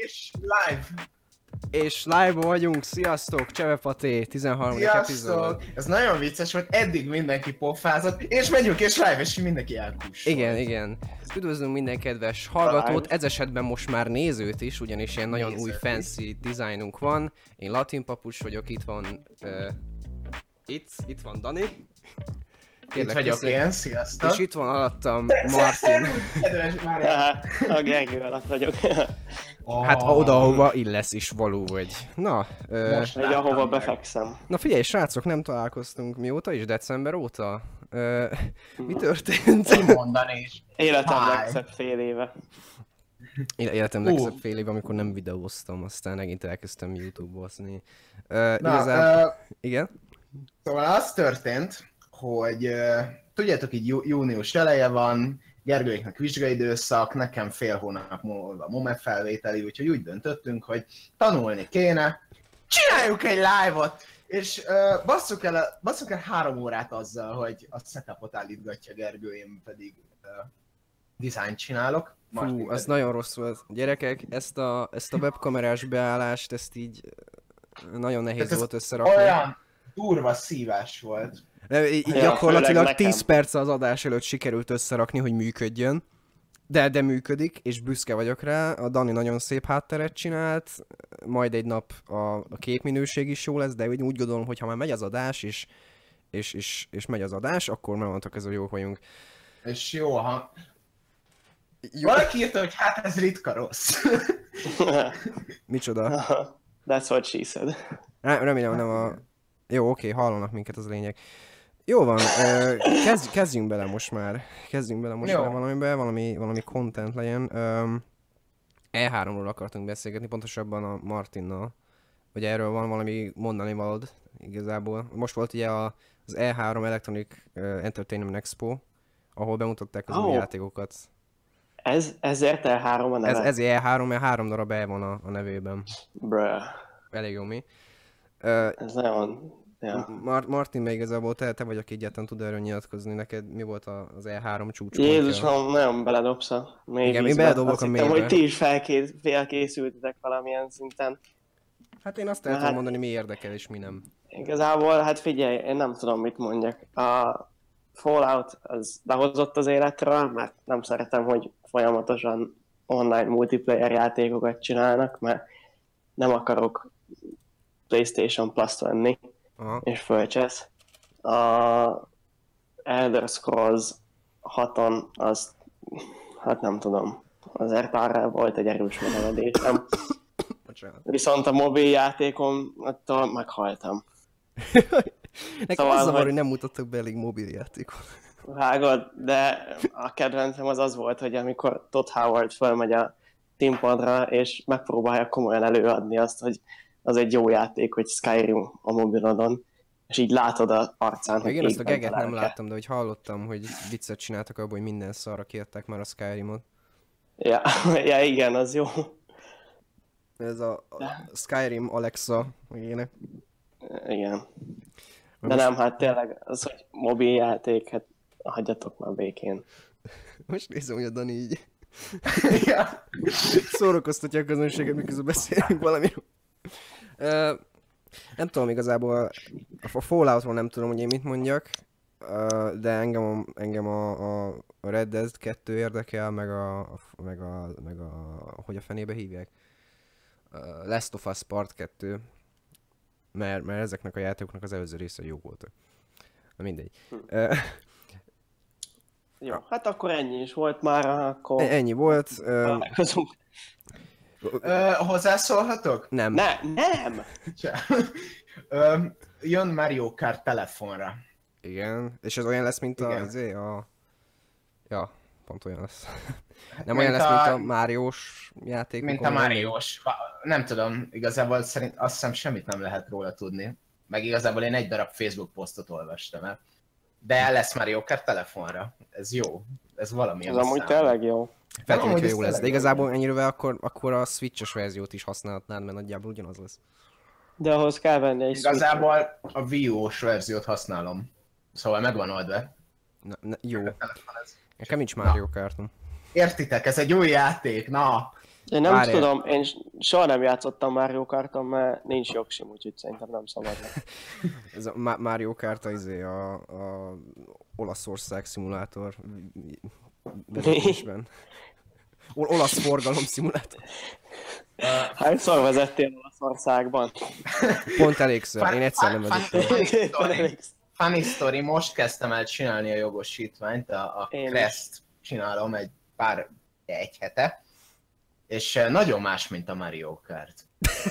És live! És live-ban vagyunk, sziasztok, Csevepaté, 13. epizód. Sziasztok! Ez nagyon vicces volt, eddig mindenki pofázott, és megyünk és live, és mindenki elkussolt. Igen. Üdvözlünk minden kedves hallgatót, ez esetben most már nézőt is, ugyanis ilyen nagyon új fancy dizájnunk van. Én Latin Papucs vagyok, itt van... Itt van Dani. Itt vagyok én, sziasztok! És itt van alattam Martin. A Gergő alatt vagyok. Hát oda, ahova illesz is való vagy. Na, most megy, ahova befekszem. Na figyelj, srácok, nem találkoztunk mióta is? December óta? Mi történt? Kimondani is. Életem legszebb fél éve. Életem legszebb fél éve, amikor nem videóztam, aztán megint elkezdtem YouTube-ozni. Igen? Szóval az történt, hogy tudjátok, így június eleje van, Gergőiknek vizsgaidőszak, nekem fél hónap múlva MOME felvételi, úgyhogy úgy döntöttünk, hogy tanulni kéne, csináljuk egy live-ot, és basszuk el 3 órát azzal, hogy a setupot állítgatja Gergő, én pedig dizájnt csinálok. Fú, az nagyon rossz volt. Gyerekek, ezt a webkamerás beállást, ezt így nagyon nehéz volt összerakni. Olyan durva szívás volt. Gyakorlatilag 10 perc az adás előtt sikerült összerakni, hogy működjön. De működik, és büszke vagyok rá. A Dani nagyon szép hátteret csinált, majd egy nap a képminőség is jó lesz, de úgy gondolom, hogy ha már megy az adás, és megy az adás, akkor már mondtak, ezzel jók vagyunk. És jó, ha... Valaki írta, hogy hát ez ritka rossz. Micsoda? That's what she said. Remélem nem a... Jó, oké, hallanak minket, az a lényeg. Jó van, kezdjünk bele most már. Valamiben, valami content legyen. E3-ról akartunk beszélgetni, pontosabban a Martinnal. Hogy erről van valami mondani valód igazából. Most volt ugye az E3 Electronic Entertainment Expo, ahol bemutatták az új játékokat. Ezért E3 a neve? Ez E3, mert 3 darab E van a nevében. Bruh. Elég jó mi. Ez nagyon... Ja. Martin, még igazából te vagy, aki egyáltalán tud erről nyilatkozni. Neked mi volt az E3 csúcspontja? Jézus, nagyon beledobsz a mély igen, vízbe. én beledobok a mélybe. Hogy ti is felkészültetek valamilyen szinten. Hát én azt el tudom mondani, mi érdekel és mi nem. Igazából, hát figyelj, én nem tudom, mit mondjak. A Fallout az behozott az életről, mert nem szeretem, hogy folyamatosan online multiplayer játékokat csinálnak, mert nem akarok PlayStation Plus venni. Aha. És fölcsesz. A Elder Scrolls 6-on az, hát nem tudom, azért arra volt egy erős menevedésem. Viszont a mobil játékon attól meghaltam. Nekem szóval, az zavar, hogy nem mutattak be elég mobil játékot. Vágod, de a kedvencem az volt, hogy amikor Todd Howard fölmegy a színpadra, és megpróbálja komolyan előadni azt, hogy az egy jó játék, hogy Skyrim a mobilodon, és így látod az arcán, hogy én azt a geget nem láttam, de hogy hallottam, hogy viccet csináltak abból, hogy minden szarra kértek már a Skyrimot. Ja, igen, az jó. Ez a Skyrim Alexa, meg ilyenek. Igen. De nem, hát tényleg az, hogy mobil játék, hát hagyjatok már békén. Most nézem, hogy a Dani így szórakoztatja a közönséget, miközben beszélünk valamiről. Nem tudom igazából, a Falloutról nem tudom, hogy én mit mondjak, de engem a Red Dead 2 érdekel, meg hogy a fenébe hívják? Last of Us Part 2, mert ezeknek a játékoknak az előző része jó voltak. Na mindegy. Jó, hát akkor ennyi is volt már, akkor... Ennyi volt. Hozzászólhatok? Nem. Nem! Jön Mario Kart telefonra. Igen, és ez olyan lesz, mint Ja, pont olyan lesz. Nem olyan lesz, mint a Máriós játék. Mint a Máriós. Nem tudom, igazából azt hiszem semmit nem lehet róla tudni. Meg igazából én egy darab Facebook posztot olvastam el. De lesz Mario Kart telefonra. Ez jó. Ez valami. Ez amúgy tényleg jó. Feltétlenül jó lesz, de igazából ennyire akkor a Switch-os verziót is használhatnád, mert nagyjából ugyanaz lesz. De ahhoz kell venni egy igazából a Wii U-os verziót használom. Szóval megvan oldva. Jó. Nekem nincs Mario Kartom. Értitek, ez egy új játék, na! Én nem tudom, én soha nem játszottam Mario Karton, mert nincs jogsim, úgyhogy szerintem nem szabad. Ez a Mario Kart a Olaszország szimulátor vezetésben. Olasz forgalom szimulátor. Hányszor vezettél Olaszországban? Pont elégszer, én egyszer nem vezettem. Funny story, most kezdtem el csinálni a jogosítványt, a Crest csinálom egy hete, és nagyon más, mint a Mario Kart.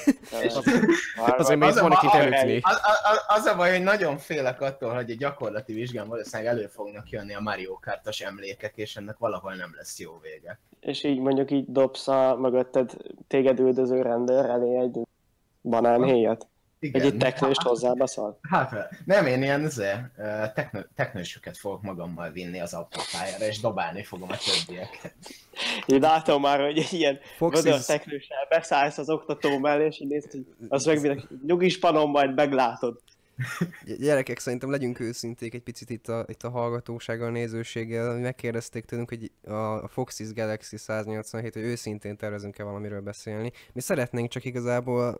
Azért még van itt előtni. Az a baj, hogy nagyon félek attól, hogy a gyakorlati vizsgán valószínűleg elő fognak jönni a Mario Kartos emlékek, és ennek valahol nem lesz jó vége. És így mondjuk így dobsz a mögötted téged üldöző rendőr elé egy banánhéjat? Igen. Egy teknőst hozzábaszol? Hát nem, én ilyen teknősöket fogok magammal vinni az autópályára, és dobálni fogom a többieket. Én látom már, hogy egy ilyen vödör teknőssel beszállsz az oktató mellé, és így nézd, hogy az meg nyugis panom, majd meglátod. Gyerekek, szerintem legyünk őszinték egy picit itt a hallgatósággal, a nézőséggel. Megkérdezték tőlünk, hogy a Foxys Galaxy 187, hogy őszintén tervezünk-e valamiről beszélni. Mi szeretnénk, csak igazából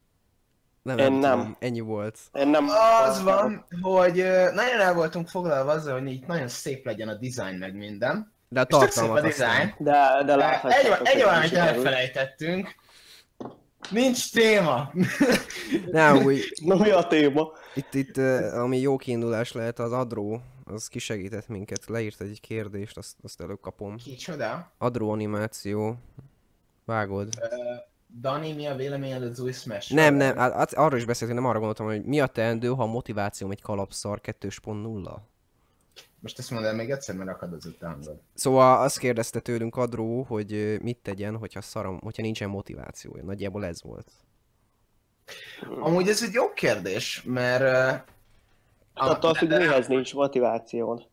nem. Tudom, ennyi volt. Az van, hogy nagyon el voltunk foglalva azzal, hogy így nagyon szép legyen a design meg minden. De a tartalmat aztán. De egy valamit elfelejtettünk. Nincs téma! Nem, úgy... Na, mi a téma? Itt ami jó kiindulás lehet, az Adro, az kisegített minket, leírt egy kérdést, azt előkapom. Kicsoda? Adro animáció. Vágod. Dani, mi a véleményed az új Smash? Nem, arról is beszéltünk, nem arra gondoltam, hogy mi a teendő, ha a motivációm egy kalapszar 2.0? Most ezt mondd el még egyszer, mert akad az utánban. Szóval azt kérdezte tőlünk Adró, hogy mit tegyen, hogyha nincsen motivációja. Nagyjából ez volt. Amúgy ez egy jó kérdés, mert... Attól függ, mihez nincs motiváción.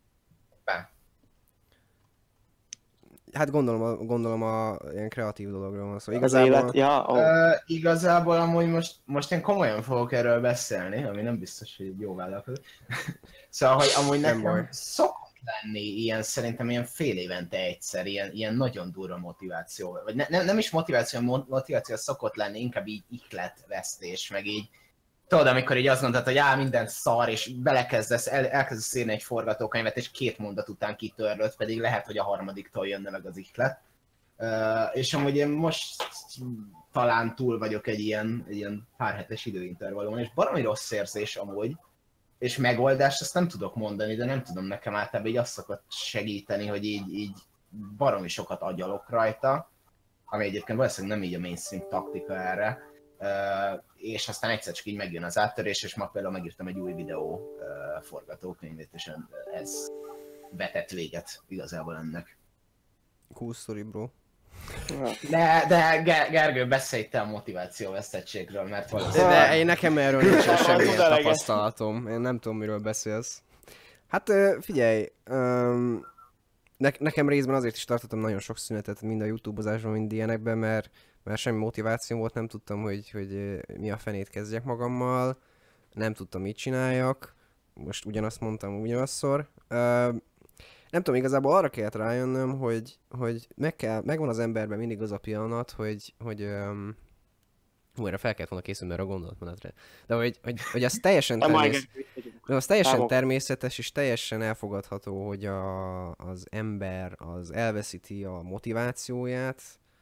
Hát gondolom a ilyen kreatív dologról van szó. Igazából amúgy most én komolyan fogok erről beszélni, ami nem biztos, hogy jó vállalkozó. Szóval, hogy amúgy nekem szokott lenni ilyen, szerintem ilyen fél évente egyszer, ilyen nagyon durva motiváció. Vagy nem is motiváció szokott lenni, inkább így ihletvesztés, meg így. Tudod, amikor így azt mondtad, hogy minden szar, és elkezdesz írni egy forgatókönyvet, és 2 mondat után kitörlöd, pedig lehet, hogy a harmadiktól jönne meg az ihlet. És amúgy én most talán túl vagyok egy ilyen pár hetes időintervallumon, és baromi rossz érzés amúgy, és megoldást azt nem tudok mondani, de nem tudom, nekem általában így azt szokott segíteni, hogy így baromi sokat agyalok rajta, ami egyébként valószínűleg nem így a mainstream taktika erre, és aztán egyszer csak így megjön az áttörés, és ma például megírtam egy új videó forgatókönyvét, és ez vetett véget igazából ennek. Cool story, bro. De Gergő, beszélj te a motivációvesztettségről, mert valószínűleg... De nekem erről nincsen semmilyen tapasztalatom. Én nem tudom, miről beszélsz. Hát figyelj, nekem részben azért is tartottam nagyon sok szünetet mind a YouTube-ozásban, mind ilyenekben, mert semmi motiváció volt, nem tudtam, hogy mi a fenét kezdjek magammal, nem tudtam, mit csináljak, most ugyanazt mondtam ugyanasszor. Nem tudom, igazából arra kellett rájönnöm, hogy megvan az emberben mindig az a pillanat, hogy erre fel kellett volna készülni erre a gondolatmenetre. De hogy az teljesen természetes és teljesen elfogadható, hogy az ember az elveszíti a motivációját,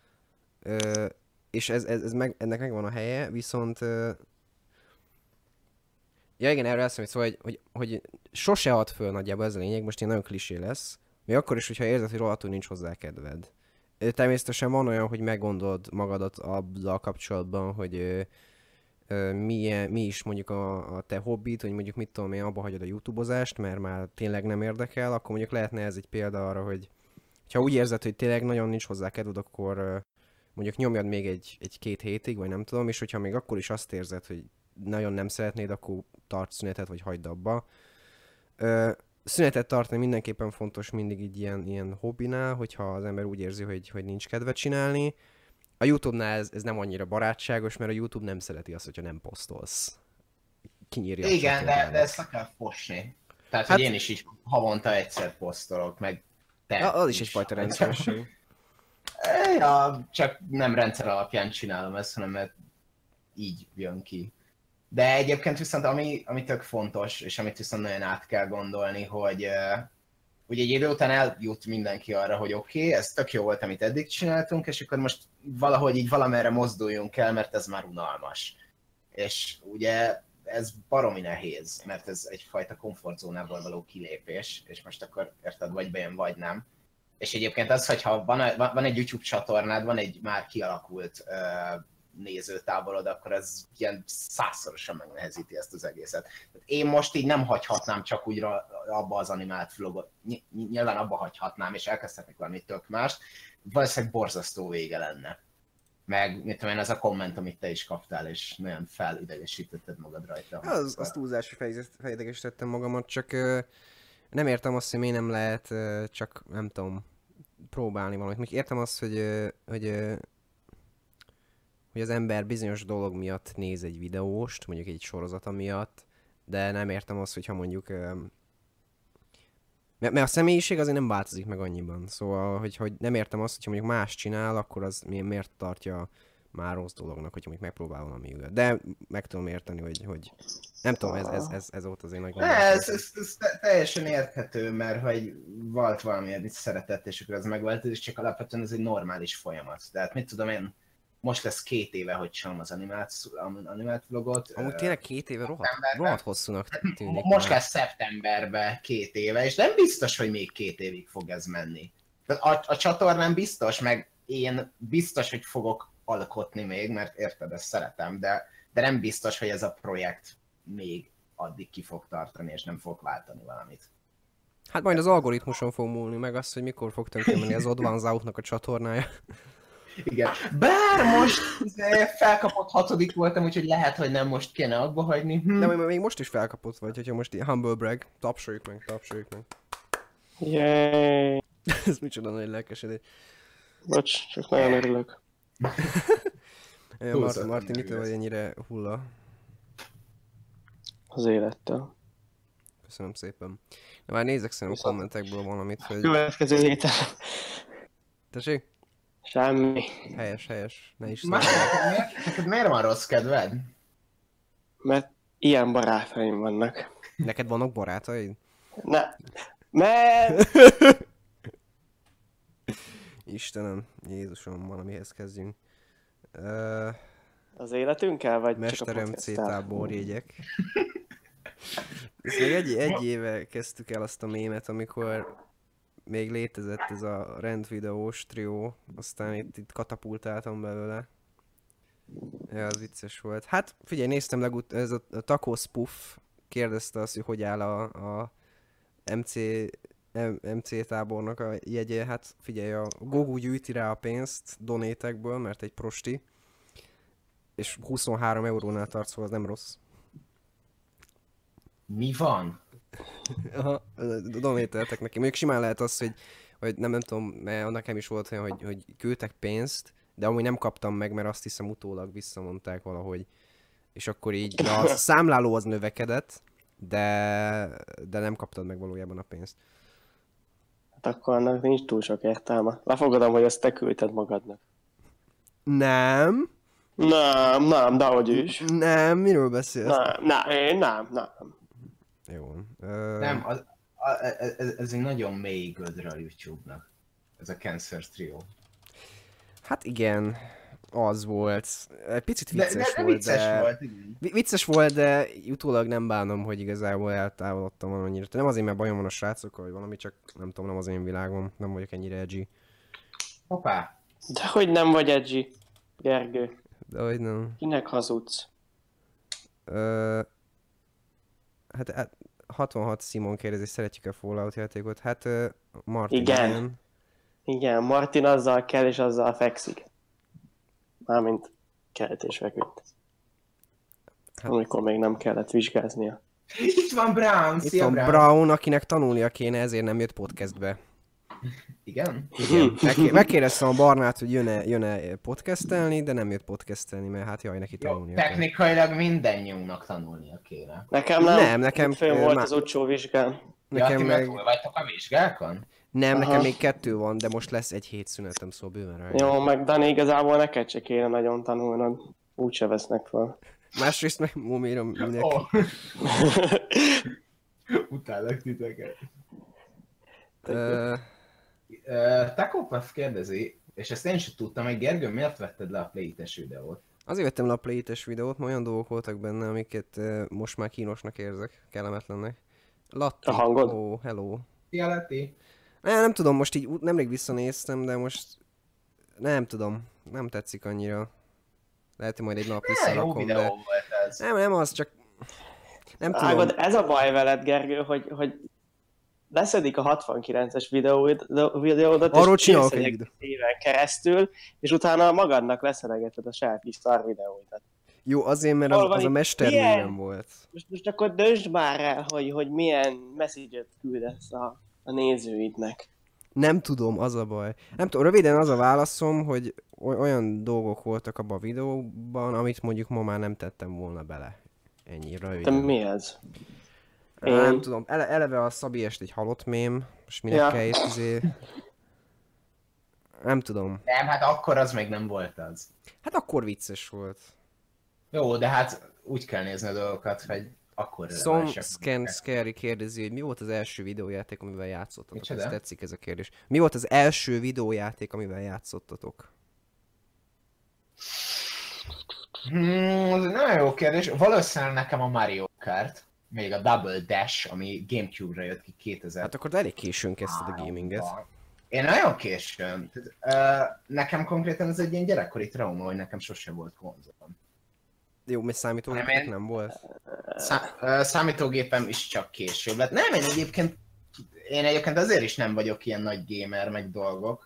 és ennek megvan a helye, viszont ja igen, erről eszem, hogy sose ad föl nagyjából ez a lényeg, most ilyen nagyon klisé lesz, még akkor is, hogyha érzed, hogy rohadtul nincs hozzá kedved. Természetesen van olyan, hogy meggondolod magadat azzal kapcsolatban, hogy mi is mondjuk a te hobbit, hogy mondjuk mit tudom én, abba hagyod a YouTube-ozást, mert már tényleg nem érdekel, akkor mondjuk lehetne ez egy példa arra, hogy ha úgy érzed, hogy tényleg nagyon nincs hozzá kedved, akkor mondjuk nyomjad még egy-két hétig, vagy nem tudom, és hogyha még akkor is azt érzed, hogy nagyon nem szeretnéd, akkor tarts szünetet, vagy hagyd abba. Szünetet tartani mindenképpen fontos mindig így ilyen hobbinál, hogyha az ember úgy érzi, hogy nincs kedve csinálni. A YouTube-nál ez nem annyira barátságos, mert a YouTube nem szereti azt, hogyha nem posztolsz. Kinyírja. Igen, de ezt le kell fosni. Tehát, hogy én is így havonta egyszer posztolok, meg te az is egyfajta rendszeresség. Ja, csak nem rendszer alapján csinálom ezt, hanem mert így jön ki. De egyébként viszont ami tök fontos, és amit viszont nagyon át kell gondolni, hogy ugye egy idő után eljut mindenki arra, hogy oké, ez tök jó volt, amit eddig csináltunk, és akkor most valahogy így valamerre mozduljunk el, mert ez már unalmas. És ugye ez baromi nehéz, mert ez egyfajta komfortzónából való kilépés, és most akkor érted, vagy bejön, vagy nem. És egyébként az, hogyha van egy YouTube csatornád, van egy már kialakult nézőtáborod, akkor ez ilyen 100-szorosan megnehezíti ezt az egészet. Én most így nem hagyhatnám csak úgy abba az animált vlogot. Nyilván abba hagyhatnám, és elkezdhetnék valami tök mást. Valószínűleg borzasztó vége lenne. Meg, mit tudom én, az a komment, amit te is kaptál, és nagyon felidegesítetted magad rajta. Az túlzás, hogy felidegesítettem magamat, csak nem értem azt, hogy miért nem lehet csak, nem tudom, próbálni valamit. Még értem azt, hogy az ember bizonyos dolog miatt néz egy videóst, mondjuk egy sorozata miatt, de nem értem azt, hogyha mondjuk... Mert a személyiség azért nem változik meg annyiban, szóval, hogy nem értem azt, hogyha mondjuk más csinál, akkor az miért tartja már rossz dolognak, hogyha mondjuk megpróbál valami ügyet. De meg tudom érteni, hogy nem tudom, ez volt az én nagy gondolat. Ez teljesen érthető, mert hogy volt valami, amit szeretett, és akkor az megváltozik, csak alapvetően ez egy normális folyamat. Tehát mit tudom én, most lesz 2 éve, hogy csinálom az animált vlogot. Amúgy tényleg 2 éve rohadt hosszúnak tűnik. Most lesz szeptemberben 2 éve, és nem biztos, hogy még 2 évig fog ez menni. A csatornán biztos, meg én biztos, hogy fogok alkotni még, mert érted, ezt szeretem, de nem biztos, hogy ez a projekt még addig ki fog tartani, és nem fog váltani valamit. Hát majd az algoritmuson fog múlni, meg azt, hogy mikor fog tönkremenni az Advance Out-nak a csatornája. Igen. Bár most felkapott 6. voltam, úgyhogy lehet, hogy nem most kéne abba hagyni. De még most is felkapott vagy, hogyha most humble brag. Tapsoljuk meg. Yay! Ez micsoda nagy lelkesedés. Bocs, csak nagyon örülök. Martin, mitől vagy ennyire hulla? Az élettel. Köszönöm szépen. De már nézek szerintem a kommentekből valamit, hogy... Következő héten. Tessék? Semmi. Helyes. Ne is Neked miért van rossz kedved? Mert ilyen barátaim vannak. Neked vannak barátaid? Mert... Istenem, Jézusom, valamihez kezdjünk. Az életünkkel, vagy Mesterem csak a C táborjegyek. Ezt még egy éve kezdtük el azt a mémet, amikor még létezett ez a rendvideós trió, aztán itt katapultáltam belőle. Ja, az vicces volt. Hát figyelj, néztem ez a Taco Spuff kérdezte azt, hogy áll a MC tábornak a jegye. Hát figyelj, a Gogu gyűjti rá a pénzt donétekből, mert egy prosti. És 23 eurónál tart, szóval az nem rossz. Mi van? Aha, donételtek neki. Mondjuk simán lehet az, hogy nem tudom, mert nekem is volt olyan, hogy küldtek pénzt, de amúgy nem kaptam meg, mert azt hiszem utólag visszamondták valahogy. És akkor így a számláló az növekedett, de nem kaptad meg valójában a pénzt. Hát akkor annak nincs túl sok értelme. Lefogadom, hogy ezt te küldted magadnak. Nem. Nem, de hogy is. Nem, miről beszélsz? Nem. Jó. Nem, ez egy nagyon mély gödre a YouTube-nak. Ez a Cancer Trio. Hát igen, az volt. Picit vicces volt, vicces volt, igen. Vicces volt, de utólag nem bánom, hogy igazából eltávolodtam valamelyire. Nem azért, mert bajom van a srácokkal, vagy valami, csak nem tudom, nem az én világom, nem vagyok ennyire edgy. Hoppá! Dehogy nem vagy edgy, Gergő. Dehogy nem. Kinek hazudsz? Hát 66 Simon kérdezi, szeretjük a Fallout játékot. Hát Martin, Igen, Martin azzal kell és azzal fekszik. Mármint kelt és feküdt. Hát, amikor még nem kellett vizsgáznia. Itt van Brown, itt van Brown, akinek tanulnia kéne, ezért nem jött podcastbe. Igen? Megkérdeztem a Barnát, hogy jön-e podcastelni, de nem jött podcastelni, mert hát jaj, neki tanulnia kell. Technikailag mindennyiunknak tanulnia kéne. Nekem nem. Nekem fél volt az utcsó vizsgán. Ja, ti meg túl vagytok a vizsgákon? Nem, nekem még 2 van, de most lesz egy hét szünetem, szóval bőven rá. Jó, meg Dani, igazából neked se kéne nagyon tanulnod. Úgyse vesznek fel. Másrészt meg Momira minek. Oh. Utálok titeket. Takopath kérdezi, és ezt én sem tudtam, hogy Gergő, miért vetted le a Play-es videót? Azért vettem le a Play-es videót, mert olyan dolgok voltak benne, amiket most már kínosnak érzek, kellemetlennek. Latti, A hangod? oh, hello. Szia, Latti! Nem tudom, most így nemrég visszanéztem, de most nem tudom, nem tetszik annyira. Lehet, hogy majd egy nap Jó visszarakom, videó de... volt ez. Nem az, csak... Nem tudom. Ágod, ez a baj veled, Gergő, hogy leszedik a 69-es videódat, Arról és csinálok egy készülnek videót. éven keresztül, és utána magadnak leszedegeted a saját kis szar videóidat. Jó, azért, mert Hol van az a itt? mesterművem volt. Most akkor döntsd már el, hogy milyen message-et küldesz a nézőidnek. Nem tudom, az a baj. Nem tudom, röviden az a válaszom, hogy olyan dolgok voltak abban a videóban, amit mondjuk ma már nem tettem volna bele. Ennyi, Te röviden. mi ez? Nem tudom, eleve a Szabiest egy halott mém, most minek kell itt Nem tudom. Nem, hát akkor az még nem volt az. Hát akkor vicces volt. Jó, de hát úgy kell nézni a dolgokat, hogy akkor Scary kérdezi, hogy mi volt az első videójáték, amivel játszottatok? Micsoda? Ez tetszik ez a kérdés. Mi volt az első videójáték, amivel játszottatok? Ez egy nagyon jó kérdés. Valószínűleg nekem a Mario Kart, még a Double Dash, ami Gamecube-ra jött ki 2000. Hát akkor te elég későn kezdted a gaminget. Én nagyon későn. Nekem konkrétan ez egy ilyen gyerekkori trauma, hogy nekem sose volt konzolom. Jó, mert számítógépek nem volt? Számítógépem is csak később lett. Nem, én egyébként azért is nem vagyok ilyen nagy gamer, meg dolgok.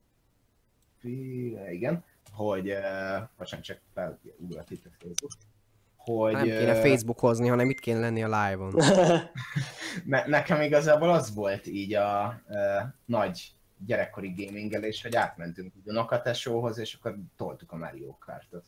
Igen. Hogy... bocsánat, csak felugrott itt a Facebook. Hogy... Nem kéne Facebookozni, hanem itt kéne lenni a live-on. Nekem igazából az volt így a nagy gyerekkori gamingelés, hogy átmentünk a unokatesóhoz, és akkor toltuk a Mario Kartot.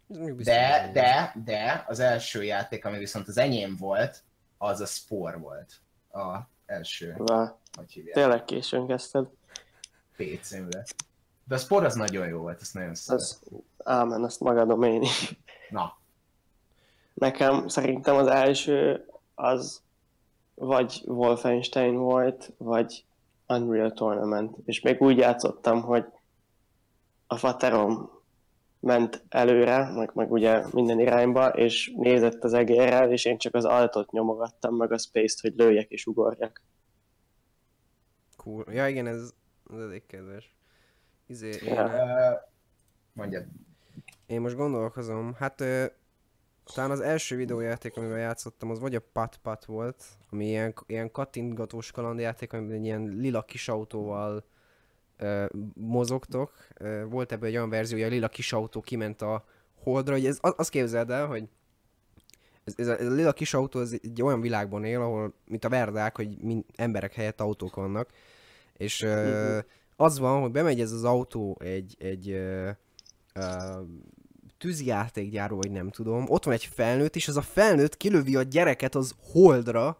De az első játék, ami viszont az enyém volt, az a Spore volt. A első. Hogy hívják? Tényleg későn kezdted. PC-mre. De a Spore az nagyon jó volt, ezt nagyon szeretem. Ámen, azt magadom én is. Na. Nekem szerintem az első az vagy Wolfenstein volt, vagy Unreal Tournament. És még úgy játszottam, hogy a faterom ment előre, meg ugye minden irányba, és nézett az egérrel, és én csak az altot nyomogattam, meg a space-t, hogy lőjek és ugorjak. Cool. Ja igen, ez elég kedves. Mondjad. Én most gondolkozom, hát talán az első videójáték, amivel játszottam, az vagy a Pat-Pat volt, ami ilyen kattintgatós kalandjáték, amiben egy ilyen lila kis autóval mozogtok. Volt ebből egy olyan verzió, hogy a lila kis autó kiment a Holdra, hogy azt képzeld el, hogy ez a lila kis autó az egy olyan világban él, ahol, mint a Verdák, hogy emberek helyett autók vannak, és az van, hogy bemegy ez az autó egy tűzjátékgyáró, vagy nem tudom, ott van egy felnőtt, és az a felnőtt kilövi a gyereket az Holdra,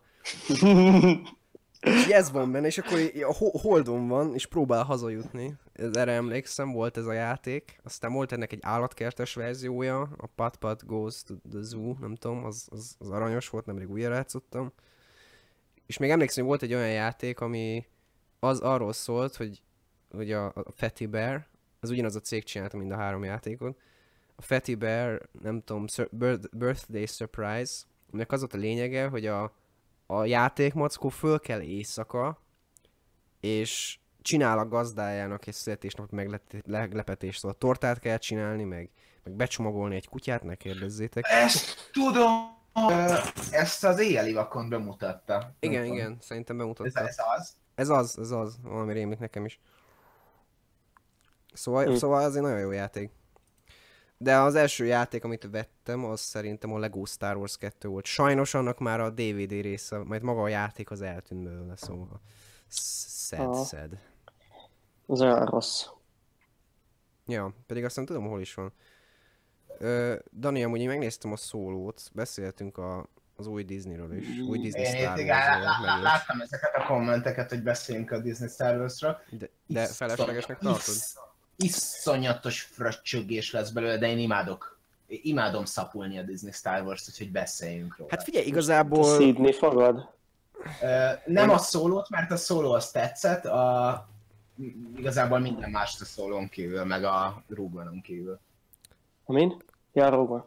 és ez van benne, és akkor a Holdon van, és próbál hazajutni. Erre emlékszem, volt ez a játék. Aztán volt ennek egy állatkertes verziója, a Pat-Pat Goes to the Zoo, nem tudom, az aranyos volt, nemrég újra játszottam. És még emlékszem, hogy volt egy olyan játék, ami az arról szólt, hogy a Fatty Bear, az ugyanaz a cég csinálta, mind a 3 játékot. A Fatty Bear, nem tudom, Birthday Surprise, aminek az volt a lényege, hogy a játékmackó föl kell éjszaka, és csinál a gazdájának egy születésnapot meglepetést, szóval tortát kell csinálni, meg becsomagolni egy kutyát, ne kérdezzétek. Ezt tudom! Ezt az éjjeli vakon bemutatta. Igen, szerintem bemutatta. Ez az? Ez az, valami rémlik nekem is. Szóval az egy nagyon jó játék. De az első játék, amit vettem, az szerintem a Lego Star Wars 2 volt. Sajnos annak már a DVD része, majd maga a játék az eltűnt belőle, szóval sad. Az olyan rossz. Ja, pedig azt nem tudom, hol is van. Dani, amúgy én megnéztem a szólót, beszéltünk az új Disneyről is. Új Disney Én Star itt Wars láttam ezeket a kommenteket, hogy beszéljünk a Disney Star Wars-ról. De feleslegesnek tartod? Iszonyatos fröccsögés lesz belőle, de én imádom szapulni a Disney Star Wars-t, úgyhogy beszéljünk róla. Hát figyelj, igazából... Szídni fogod? Nem a szólót, mert a szóló az tetszett, igazából minden mást a szólón kívül, meg a Rogue One-on kívül. Amin? Ja, Rogue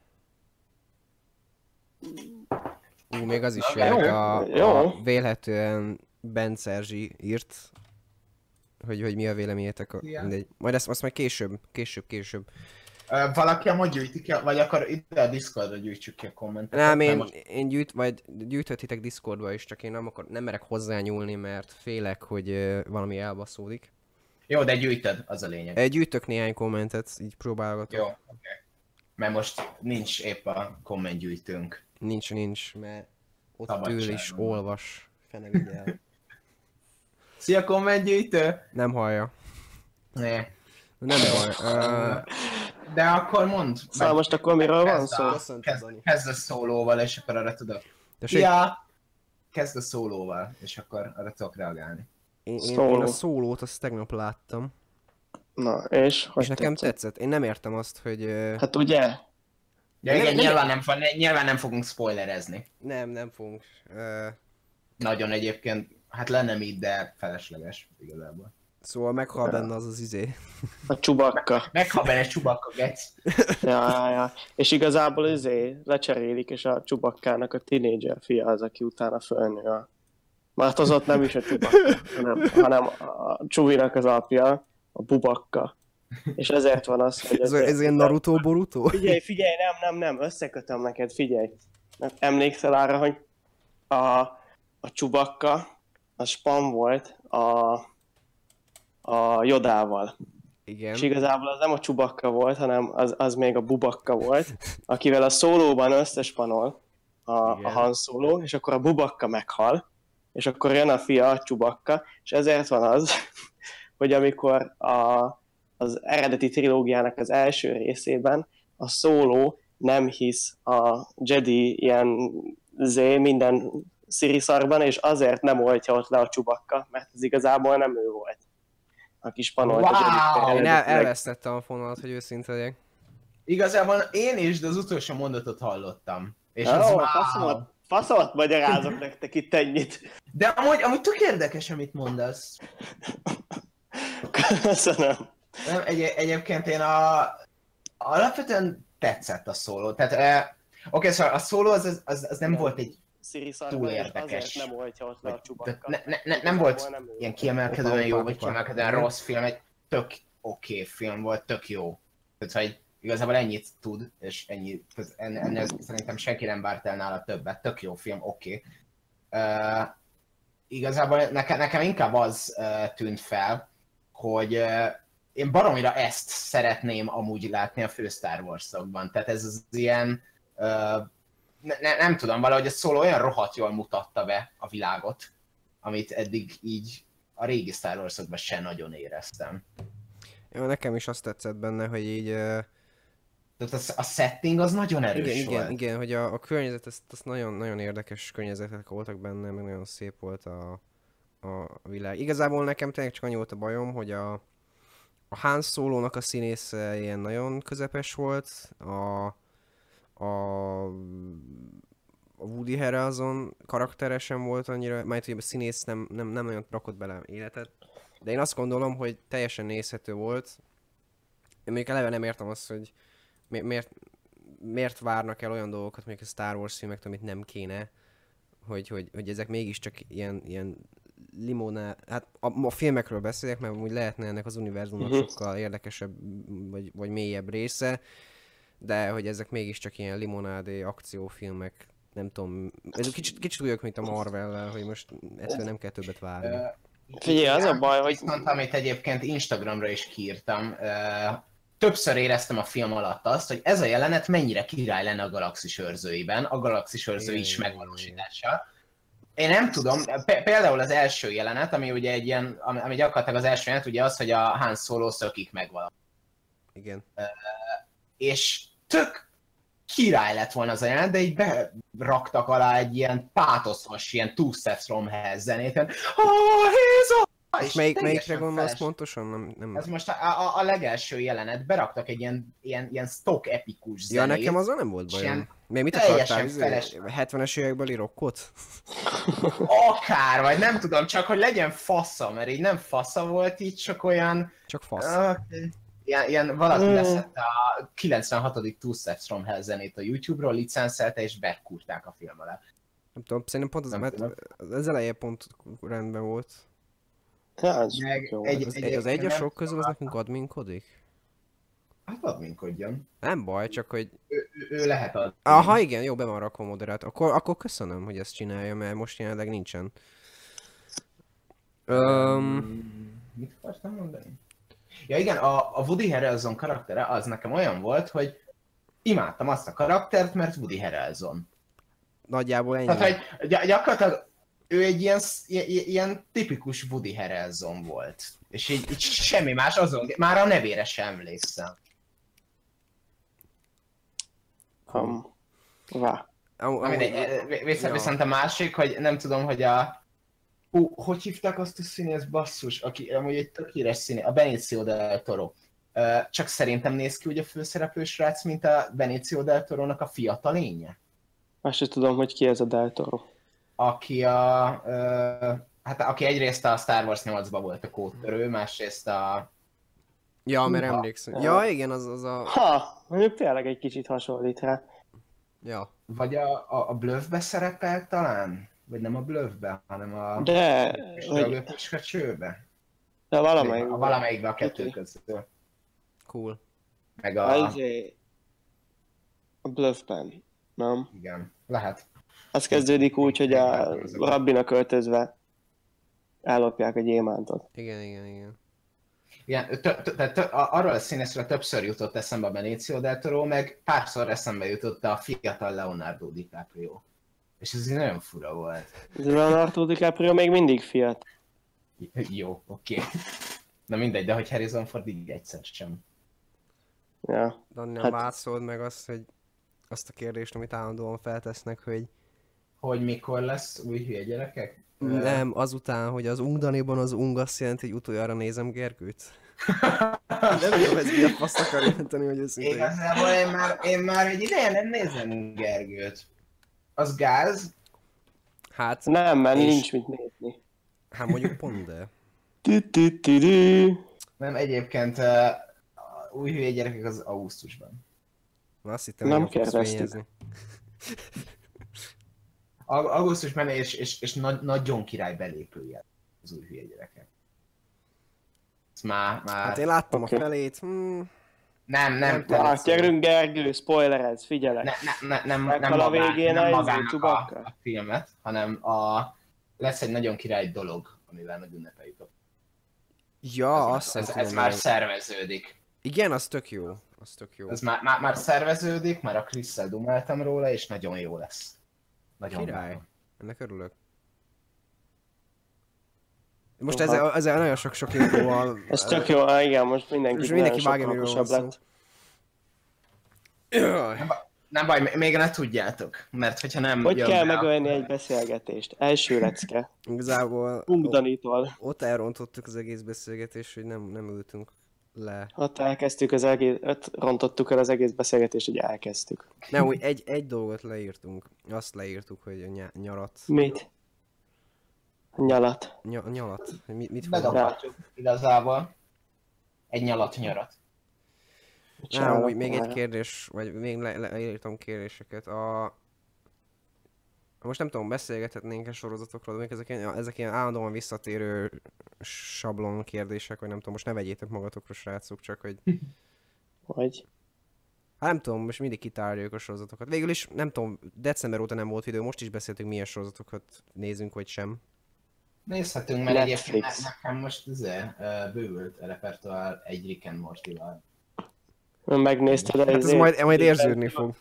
Még az is jön, a vélhetően Bence Erzsi írt, hogy mi a véleményetek. Mindegy. Majd azt majd később. Valaki amúgy gyűjti ki, vagy akkor ide a Discordra gyűjtsük ki a kommenteket? Nem, én gyűjthetitek Discordba is, csak én nem merek hozzányúlni, mert félek, hogy valami elbaszódik. Jó, de gyűjtöd, az a lényeg. Gyűjtök néhány kommentet, így próbálgatok. Jó, oké. Mert most nincs épp a kommentgyűjtőnk. Nincs, mert ott Szabadság ül és van. olvas. Fene vigyel. Szia kommentgyűjtő! Nem hallja. Ne. Nem baj. De akkor mondd. Szóval most akkor miről van szó? Kezd a szólóval, és akkor arra tudok. Tessék? Ja! Kezd a szólóval, és akkor arra tudok reagálni. Én a szólót azt tegnap láttam. Na, és? Hogy És nekem tetszett. Én nem értem azt, hogy... Hát ugye? Ja, igen, nyilván nem fogunk spoilerezni. Nem fogunk. Nagyon egyébként, hát lenne mit, de felesleges igazából. Szóval meghal benne az izé. A Chewbacca. Meghal benne Chewbacca, gec. Ja. És igazából lecserélik, és a Chewbacca-nak a tínédzser fia az, aki utána fölnő. Mert az ott nem is a Chewbacca, hanem a Chewie-nak az apja, a Bubacca. És ezért van az, hogy... Ez ilyen Naruto-Boruto? Figyelj, nem, összekötöm neked, figyelj. Emlékszel arra, hogy a Chewbacca, a span volt a Jodával. Igen. És igazából az nem a Chewbacca volt, hanem az még a Bubacca volt, akivel a szólóban összespanol a Han Solo, és akkor a Bubacca meghal, és akkor jön a fia, a Chewbacca, és ezért van az, hogy amikor az eredeti trilógiának az első részében a Solo nem hisz a Jedi ilyen minden sziriszarban, és azért nem oltja ott le a Chewbacca, mert ez igazából nem ő volt, aki spanolt a Jedi-t. Én elvesztettem a fonalat, hogy őszinte legyek. Igazából én is, de az utolsó mondatot hallottam. És Faszomat magyarázok nektek itt ennyit. De amúgy tök érdekes, amit mondasz. Köszönöm. Nem, egyébként én alapvetően tetszett a szóló. Tehát, oké, szóval a szóló az nem volt egy túl érdekes. Nem oltja ott le a Chewbacca. Nem volt ilyen kiemelkedően jó, vagy kiemelkedően rossz film, egy tök oké film volt, tök jó. Tehát, hogy igazából ennyit tud, és ennyi, ennél szerintem senki nem várt el nála többet, tök jó film, oké. Igazából nekem inkább az tűnt fel, hogy én baromira ezt szeretném amúgy látni a fő Star Wars-okban. Tehát ez az ilyen, nem tudom, valahogy a Solo olyan rohadt jól mutatta be a világot, amit eddig így a régi Star Wars-okban se nagyon éreztem. Jó, nekem is azt tetszett benne, hogy így... Tehát a setting az nagyon erős volt. Igen, hogy a környezet, az nagyon érdekes környezetek voltak benne, meg nagyon szép volt a világ. Igazából nekem tényleg csak annyi volt a bajom, hogy a Han Solo-nak a színésze ilyen nagyon közepes volt, a Woody Harrelson karaktere sem volt annyira, majd hogy a színész nem nagyon rakott bele életet, de én azt gondolom, hogy teljesen nézhető volt. Én még eleve nem értem azt, hogy miért várnak el olyan dolgokat, mondjuk a Star Wars filmektől, amit nem kéne, hogy ezek mégiscsak ilyen limoná... Hát a filmekről beszélek, mert úgy lehetne ennek az univerzumnak sokkal érdekesebb vagy mélyebb része, de hogy ezek mégiscsak ilyen limonádé akciófilmek, nem tudom, ez kicsit úgy, mint a Marvel-lel, hogy most egyszerűen nem kell többet várni. Figyelj, az a baj, hogy... Viszont amit egyébként Instagramra is kiírtam, többször éreztem a film alatt azt, hogy ez a jelenet mennyire király lenne a Galaxis őrzőiben, a Galaxis őrző is megvalósítása. Én nem tudom, például az első jelenet, ami ugye egy ilyen, ami gyakorlatilag az első jelenet, ugye az, hogy a Han Solo szökik meg valami. Igen. És király lett volna az a jelenet, de így beraktak alá egy ilyen pátoszos, ilyen Two Steps from Hell zenét, ilyen és melyikre gondolsz pontosan? Nem. Ez most a legelső jelenet, beraktak egy ilyen stock epikus zenét. Ja, nekem azon nem volt bajom. Még mit akartál? 70-es évekbeli rockot? Akár, vagy nem tudom, csak hogy legyen fasza, mert így nem fasza volt, így csak olyan... Csak fasz. Ilyen valaki leszette a 96. Two Steps from Hell zenét a YouTube-ról, licenszelte és bekúrták a film alá. Nem tudom, szerintem pont az, mert az eleje pont rendben volt. Ja, az egyesok közül az nekünk adminkodik? Hát adminkodjon. Nem baj, csak hogy... Ő lehet adni. Aha, igen, jó, be van rakva moderát. Akkor köszönöm, hogy ezt csinálja, mert most jelenleg nincsen. Mit akartam mondani? Ja igen, a Woody Harrelson karaktere az nekem olyan volt, hogy imádtam azt a karaktert, mert Woody Harrelson. Nagyjából ennyi. Tehát, hogy gyakorlatilag ő egy ilyen tipikus Woody Harrelson volt. És így semmi más, azon, már a nevére sem emlékszem. Viszont a másik, hogy nem tudom, hogy hogy hívták azt a színész basszus, aki amúgy egy tök híres színész, a Benicio del Toro. Csak szerintem néz ki úgy a főszereplő srác, mint a Benicio del Torónak a fiatal lénye. Azt sem tudom, hogy ki ez a Del Toro. Aki aki egyrészt a Star Wars 8-ban volt a kódtörő, másrészt a... Ja, mert emlékszem. Ja, igen, az a... Mondjuk tényleg egy kicsit hasonlít rá. Ja. Vagy a Bluffbe szerepel talán? Vagy nem a Bluffbe, hanem a... De... A csőbe? De valamelyikben. Valamelyikben a kettő közül. Cool. Meg a Bluffben, nem? Igen, lehet. Az kezdődik úgy, hogy a rabbinak költözve ellopják a gyémántot. Igen. Igen, arról a színészről többször jutott eszembe a Benicio del Toro, meg párszor eszembe jutott a fiatal Leonardo DiCaprio. És ez így nagyon fura volt. Ez Leonardo DiCaprio még mindig fiat. Jó, oké. Na mindegy, de hogy Harrison Ford így egyszer sem. Ja. Daniel, válaszold meg azt a kérdést, amit állandóan feltesznek, hogy... Hogy mikor lesz új hülye gyerekek? Nem, azután, hogy az Ungdaniban az Ung azt jelenti, hogy utoljára nézem Gergőt. Nem tudom, ez mi a faszt akar jelenteni, hogy őszintén. Igazából én már egy ideje nem nézem Gergőt. Az gáz? Hát... Nem, mert nincs mit nézni. Hát mondjuk pont, de... Nem, egyébként új hülye gyerekek az augusztusban. Na, azt hittem, nem hogy fogsz fényezni. Augusztusban és nagyon király belépője az új hülye gyerekek. Ez már... Hát én láttam a felét. Nem. Gyerünk Gergő, spoilerez, figyelek. Nem magának a filmet, hanem lesz egy nagyon király dolog, amivel meg ünnepeljük. Ja, ez már szerveződik. Igen, az tök jó. Ez már szerveződik, már a Chris-szel dumáltam róla, és nagyon jó lesz. Nagyon király. Ennek örülök. Most ezzel nagyon sok infóval... Ez tök jó, igen, most mindenki vágja, miről van szó. Nem baj, még ne tudjátok, mert hogyha nem... Hogy kell megölni egy beszélgetést? Első lecke. Igazából... Ungdanitól. Ott elrontottuk az egész beszélgetést, hogy nem ültünk le. Ott rontottuk el az egész beszélgetést, hogy elkezdtük. Nem, úgy egy dolgot leírtunk. Azt leírtuk, hogy a nyarat. Mit? Nyalat. Nyalat. Mit bedobhatjuk igazából. Egy nyarat. Nem, úgy még egy kérdés, vagy még leírtam kérdéseket. Most nem tudom, beszélgethetnénk-e sorozatokról, de még ezek ilyen állandóan visszatérő sablon kérdések, vagy nem tudom, most ne vegyétek magatokra, srácok, csak hogy... Hogy? Hát nem tudom, most mindig kitárgyaljuk a sorozatokat. Végül is, nem tudom, december óta nem volt videó, most is beszéltünk, milyen sorozatokat nézünk, vagy sem. Nézhetünk, mert egyébként nekem most bővült a repertoár egy Rick and Morty-val. Megnézted hát ez majd érződni fog.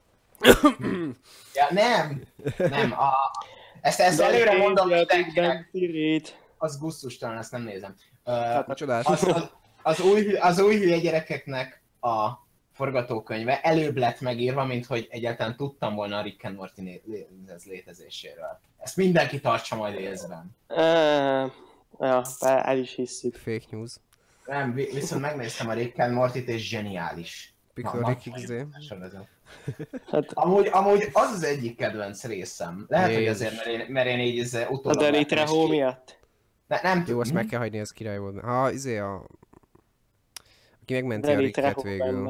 Ja, nem! Ezt előre mondom mindenkinek. Az gusztustalan, ezt nem nézem. Hát csodás. Az új hülye gyerekeknek a forgatókönyve előbb lett megírva, mint hogy egyáltalán tudtam volna a Rick and Morty létezéséről. Ezt mindenki tartsa majd észben. Ja, el is hisszük. Fake news. Nem, viszont megnéztem a Rick and Morty-t, és zseniális. Pickle Rick XD. Hát, amúgy az az egyik kedvenc részem. Lehet, hogy azért, mert én így utólag... a Danny Trejo miatt? Nem jó, azt meg kell hagyni, ez király volt. Aki megmenti a Ricket végül.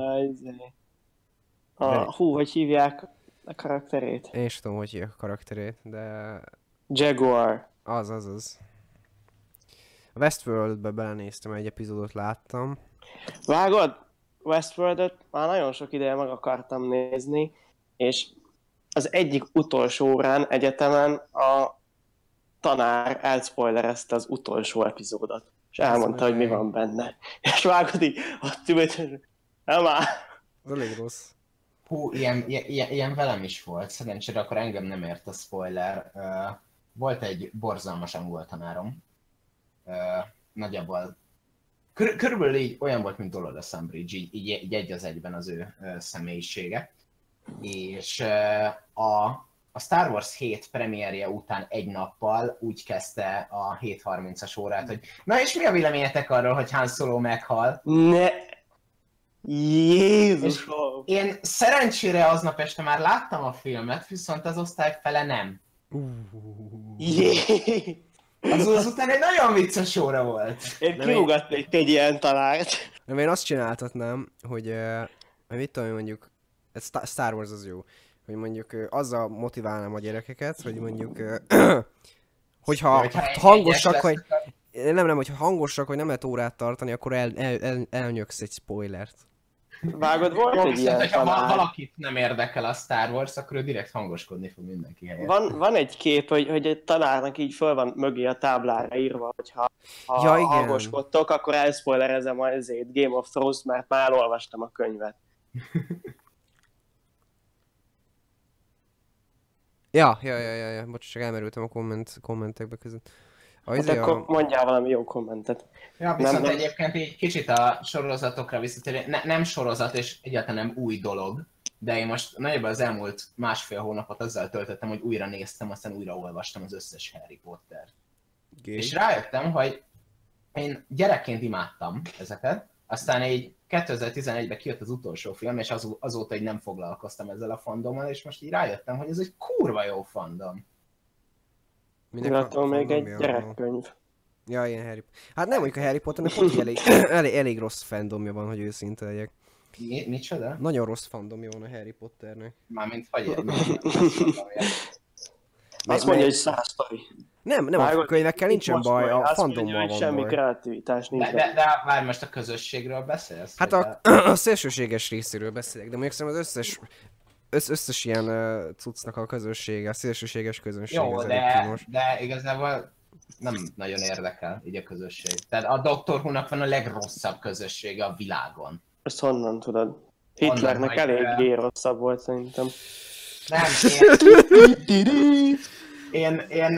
Hogy hívják a karakterét? Én is tudom, hogy hívják a karakterét, de... Jaguar. Az. A Westworld-be belenéztem, egy epizódot láttam. Vágod? Westworld-öt már nagyon sok ideje meg akartam nézni, és az egyik utolsó órán egyetemen a tanár elspoilerezte az utolsó epizódot. És elmondta, hogy mi van benne. És vágod így, ott ült, nem áll. Az elég rossz. Hú, ilyen velem is volt. Szerencsére akkor engem nem ért a spoiler. Volt egy borzalmas angol tanárom. Nagyjából körülbelül így olyan volt, mint Dolores Umbridge, így egy az egyben az ő személyisége. És a Star Wars 7 premierje után egy nappal úgy kezdte a 7:30-as órát, hogy na és mi a véleményetek arról, hogy Han Solo meghal? Ne! Jézus! Én szerencsére aznap este már láttam a filmet, viszont az osztály fele nem. Azután egy nagyon vicces óra volt. Én kiugatnék egy ilyen talárt. Nem, én azt csináltatnám, hogy mit tudom, mondjuk, Star Wars az jó, hogy mondjuk azzal motiválnám a gyerekeket, hogy mondjuk, hogyha hangosak, hogy hogyha hangosak, hogy nem lehet órát tartani, akkor elnyöksz egy spoilert. Vágod, volt egy ilyen ha valakit nem érdekel a Star Wars, akkor ő direkt hangoskodni fog mindenki helyett. Van egy kép, hogy egy tanárnak így föl van mögé a táblára írva, hogy ha hangoskodtok, akkor elspoilerezem az Game of Thrones, mert már olvastam a könyvet. Ja, bocs, csak elmerültem a kommentekbe között. Akkor mondjál valami jó kommentet. Ja, viszont egyébként egy kicsit a sorozatokra visszatérő, nem sorozat és egyáltalán nem új dolog, de én most nagyjából az elmúlt másfél hónapot azzal töltöttem, hogy újra néztem, aztán újra olvastam az összes Harry Pottert. És rájöttem, hogy én gyerekként imádtam ezeket, aztán így 2011-ben kijött az utolsó film, és azóta így nem foglalkoztam ezzel a fandommal, és most így rájöttem, hogy ez egy kurva jó fandom. Attól még egy gyerekkönyv. Ja, ilyen Harry Potter. Hát nem mondjuk a Harry Potternek pont elég rossz fandomja van, hogy őszinte legyek. Micsoda? Nagyon rossz fandomja van a Harry Potternek. Mármint hogy azt mondja, hogy 100 sztori. Nem, a könyvekkel nincsen baj, a fandommal van semmi kreativitás nincs. De várj, most a közösségről beszélsz? Hát a szélsőséges részéről beszélek, de mondjuk szerintem az összes ilyen cuccnak a közössége, a szélsőséges közönség. Jó, de igazából nem nagyon érdekel így a közösség. Tehát a Doctor Who-nak van a legrosszabb közössége a világon. Ezt honnan tudod? Hitlernek eléggé rosszabb volt szerintem. Nem, én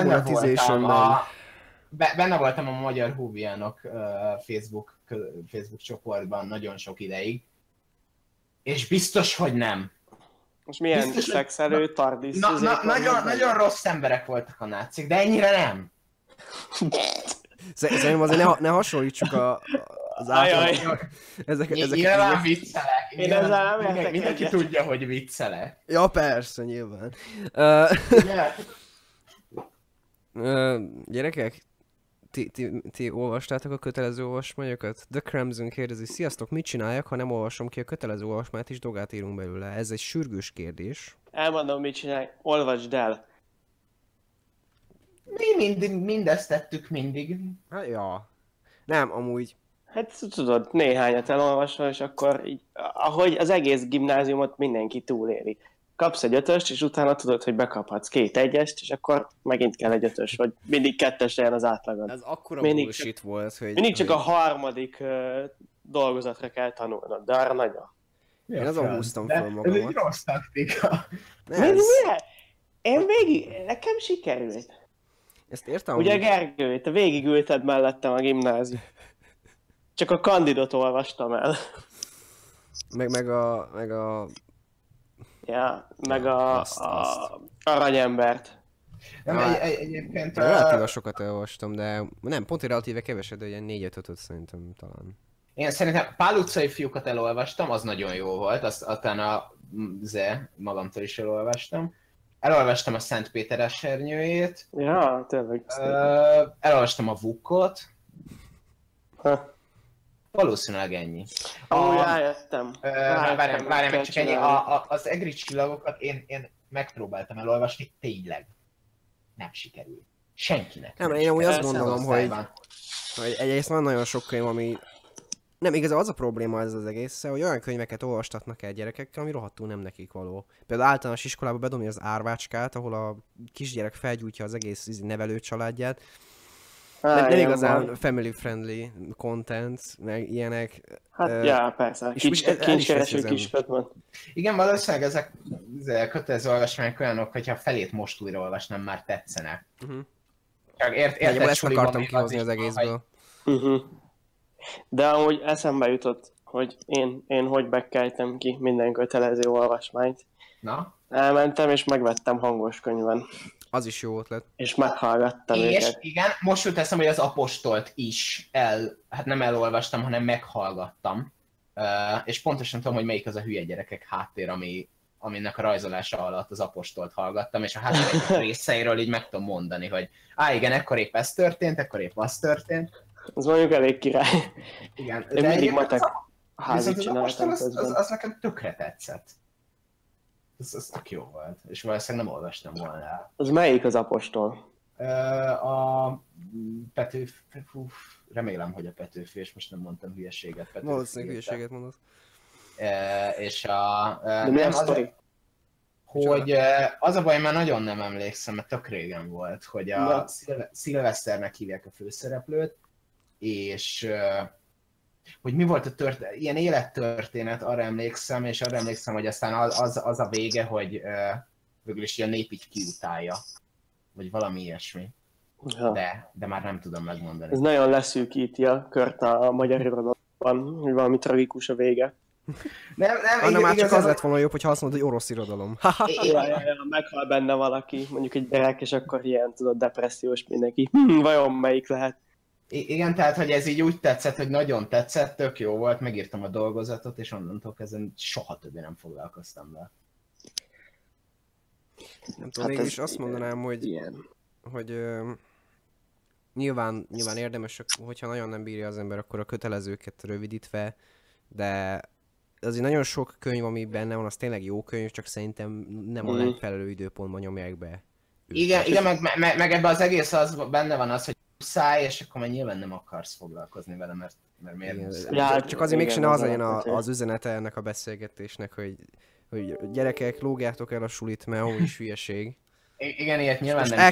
benne voltam a Magyar Húviánok Facebook csoportban nagyon sok ideig, és biztos, hogy nem. Most milyen szexelő, tardis? Nagyon rossz emberek voltak a nácik, de ennyire nem. Szerintem azért ne hasonlítsuk az átlag... Nyilván viccelek. Mindenki tudja, hogy viccelek. Ja, persze, nyilván. Gyerekek, ti olvastátok a kötelező olvasmányokat? The Crimson kérdezi, sziasztok, mit csináljak, ha nem olvasom ki a kötelező olvasmányt és dogát írunk belőle? Ez egy sürgős kérdés. Elmondom, mit csinálj, olvasd el. Mi mindezt tettük mindig. Hát ja. Nem, amúgy. Hát tudod, néhányat elolvasol, és akkor így, ahogy az egész gimnáziumot mindenki túléli. Kapsz egy 5-öst, és utána tudod, hogy bekaphatsz 2 1-est, és akkor megint kell egy 5-ös, vagy mindig 2-es legyen az átlagod. Ez akkora bullshit volt, hogy... Mindig csak a harmadik dolgozatra kell tanulnod, de arra nagyon. Én azon húztam fel magamat. Ez egy rossz taktika. Én nekem sikerült. Ezt értem? Ugye Gergő, te végigülted mellettem a gimnázium. Csak a kandidot olvastam el. meg a... Ja, meg a aranyembert. Nem, egyébként... Relatíva sokat elolvastam, de nem, pont relatíve keveset, de ilyen 4-5-öt szerintem talán. Én szerintem Pál utcai fiúkat elolvastam, az nagyon jó volt, azt utána magamtól is elolvastam. Elolvastam a Szent Péter esernyőjét. Ja, tényleg. Elolvastam a Vukot. Valószínűleg ennyi. Rájöttem. Várjál, csak ennyi. Az egri csillagokat én megpróbáltam elolvasni, tényleg. Nem sikerült. Senkinek. Nem, én amúgy azt gondolom, hogy egyrészt van nagyon sok könyv, ami... Nem, igazából az a probléma ez az egész, hogy olyan könyveket olvastatnak el gyerekekkel, ami rohadtul nem nekik való. Például általános iskolába bedobni az Árvácskát, ahol a kisgyerek felgyújtja az egész nevelő családját. Nem igazán family friendly content, meg ilyenek. Hát persze, kincskereső kiskötben. Igen, valószínűleg ezek kötelező olvasmányok olyanok, hogyha felét most újra olvasnám, már tetszenek. Csak érted, ezt akartam kihozni az egészből. De amúgy eszembe jutott, hogy én hogy bekkeltem ki minden kötelező olvasmányt. Na? Elmentem és megvettem hangos könyvben. Az is jó ötlet. És meghallgattam és őket. Igen, most jut eszembe, hogy az Apostolt is hát nem elolvastam, hanem meghallgattam. És pontosan tudom, hogy melyik az a hülye gyerekek háttér, aminek a rajzolása alatt az Apostolt hallgattam, és a háttér részeiről így meg tudom mondani, hogy igen, ekkor épp ez történt, ekkor épp az történt. Az mondjuk elég király. Igen, én mindig matek házit csináltam közben. Az nekem tökre tetszett. Ez tök jó volt, és valószínűleg nem olvastam volna el. Az melyik az Apostol? A Petőfi, remélem, hogy a Petőfi, és most nem mondtam hülyeséget. Valószínűleg hülyeséget mondasz. És de mi a sztori? Hogy az a baj, már nagyon nem emlékszem, mert tök régen volt, hogy a Szilveszternek hívják a főszereplőt, és hogy mi volt ilyen élettörténet, arra emlékszem, és arra emlékszem, hogy aztán az a vége, hogy végül is a nép így kiutálja, vagy valami ilyesmi. Ja. De már nem tudom megmondani. Ez nagyon leszűkíti a kört a magyar irodalomban, hogy valami tragikus a vége. Nem, már csak az lett volna jobb, hogyha azt mondod, hogy orosz irodalom. Meghal benne valaki, mondjuk egy gyerek, és akkor ilyen, tudod, depressziós mindenki. Vajon melyik lehet? Igen, tehát, hogy ez így úgy tetszett, hogy nagyon tetszett, tök jó volt, megírtam a dolgozatot, és onnantól kezdve soha többé nem foglalkoztam vele. Nem tudom, mégis azt mondanám, hogy nyilván érdemes, hogyha nagyon nem bírja az ember, akkor a kötelezőket rövidítve, de azért nagyon sok könyv, ami benne van, az tényleg jó könyv, csak szerintem nem a megfelelő időpontban nyomják be. Igen, meg ebben az egész az benne van az, hogy muszáj, és akkor már nyilván nem akarsz foglalkozni vele, mert miért muszáj. Ja, csak azért mégsem az legyen az üzenete ennek a beszélgetésnek, hogy gyerekek, lógjátok el a sulit, mert ahol is hülyeség. Igen, ilyet nyilván nem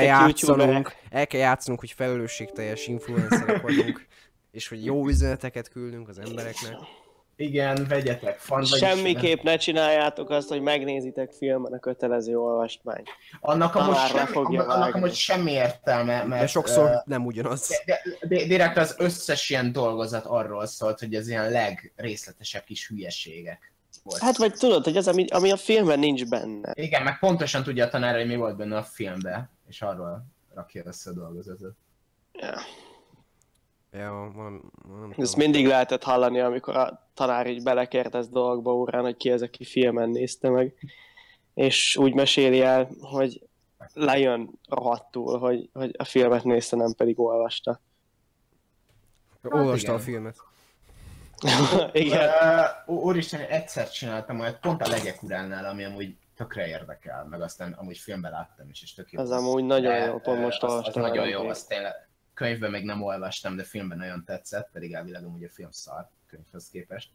el kell játszanunk, hogy felelősségteljes influencerek vagyunk, és hogy jó üzeneteket küldünk az embereknek. Igen, vegyetek fan. Semmiképp ne csináljátok azt, hogy megnézitek filmen a kötelező olvasmányt. Annak amúgy semmi értelme, mert... De sokszor nem ugyanaz. Direkt az összes ilyen dolgozat arról szólt, hogy ez ilyen legrészletesebb kis hülyeségek volt. Hát vagy tudod, hogy az, ami a filmben nincs benne. Igen, meg pontosan tudja a tanár, hogy mi volt benne a filmben, és arról rakja össze a dolgozatot. Ja. Ja, ezt mindig lehetett hallani, amikor a tanár így belekérdez dolgokba órán, hogy ki az, aki filmen nézte meg. És úgy meséli el, hogy lejön rohadtul, hogy a filmet nézte, nem pedig olvasta. Olvasta a filmet. Igen. Úristen, egyszer csináltam olyat, pont a Legek uránál, ami amúgy tökre érdekel, meg aztán amúgy filmben láttam is, és tök jó. Az amúgy nagyon jó, pont most olvastam. Az nagyon jó, az tényleg. Könyvben még nem olvastam, de filmben nagyon tetszett, pedig elvileg amúgy a film szar könyvhöz képest.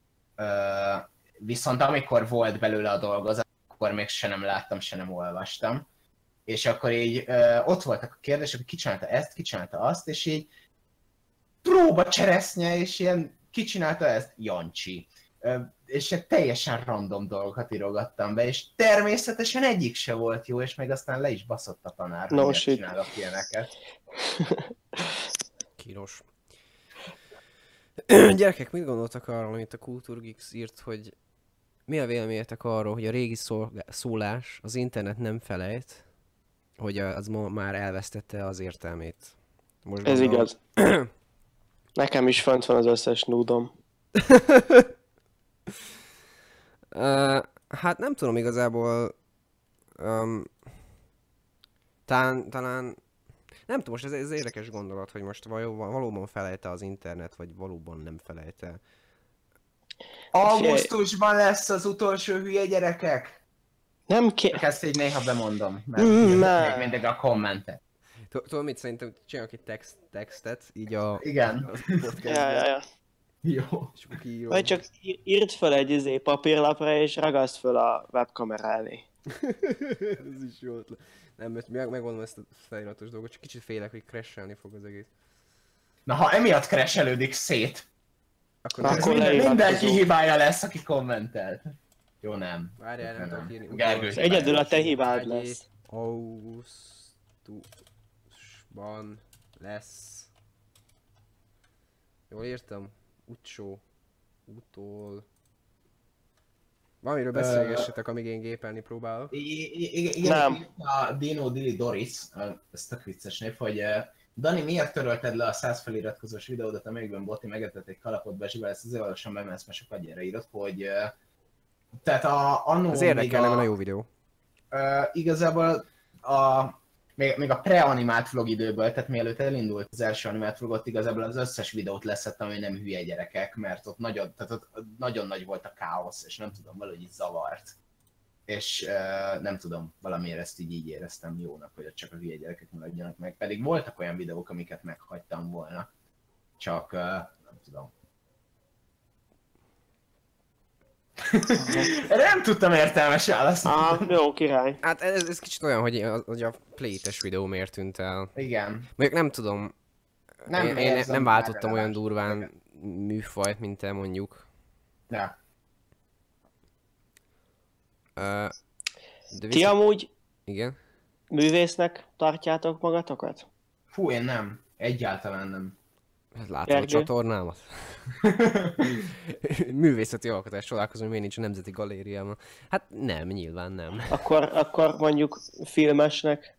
Viszont amikor volt belőle a dolgozat, akkor még se nem láttam, se nem olvastam. És akkor így ott voltak a kérdések, hogy ki csinálta ezt, ki csinálta azt, és így próba cseresznye, és ilyen ki csinálta ezt? Jancsi. És teljesen random dolgokat írogattam be, és természetesen egyik se volt jó, és meg aztán le is baszott a tanár, hogy miért csinálok ilyeneket. Kínos. Gyerekek, mit gondoltak arról, amit a Kultúrgeeks írt, hogy mi a véleményetek arról, hogy a régi szólás, az internet nem felejt, hogy az már elvesztette az értelmét? Most Ez gondolom... igaz. Nekem is fönt van az összes núdom. Hát nem tudom igazából... Talán... Nem tudom, most ez érdekes gondolat, hogy most valóban felejte az internet, vagy valóban nem felejte. Augusztusban lesz az utolsó hülye gyerekek. Nem Csak ezt így néha bemondom, mert még mindig a kommentek. Tudom mit, szerintem csinálok egy textet, így a... Igen. Ja. Jó. Vagy csak írd fel egy papírlapra, és ragaszd fel a webkamera elé. Ez is jó ötlet. Nem, megmondom ezt a feliratos dolgot, csak kicsit félek, hogy crashelni fog az egész. Na, ha emiatt crashelődik szét, akkor mindenki hibája lesz, aki kommentelt. Jó, nem. Várjál, nem tudok írni. Gergő. Egyedül a te hibád lesz. Augusztusban lesz. Jól írtam? Utol. Valamiről beszélgessetek, amíg én gépelni próbálok. Igen, a Dino Dili Doris, ez tök vicces név, hogy Dani, miért törölted le a 100 feliratkozós videódat, amelyikben Boti megetett egy kalapot Bezsivel, ezt azért valósan bemelsz, mert sok agyára írott, hogy tehát annó... Ez érdekel, nem a jó videó. Igazából még a pre-animált vlog időből, tehát mielőtt elindult az első animált vlogot, igazából az összes videót leszettem, ami nem hülye gyerekek, mert ott nagyon nagy volt a káosz, és nem tudom, valahogy így zavart. És nem tudom, valamiért ezt így éreztem jónak, hogy ott csak a hülye gyerekek maradjanak meg. Pedig voltak olyan videók, amiket meghagytam volna. Csak nem tudom. Nem tudtam értelmes választ. Jó, király. Hát ez kicsit olyan, hogy a Play-es videó miért tűnt el. Igen. Mondjuk nem tudom. Én nem váltottam olyan durván műfajt, mint te mondjuk. Ja. Ti amúgy igen? művésznek tartjátok magatokat? Fú, én nem. Egyáltalán nem. Hát látod a csatornámat? Művészeti alkotás csodálkozom, miért nincs a Nemzeti Galériában. Hát nem, nyilván nem. Akkor mondjuk filmesnek,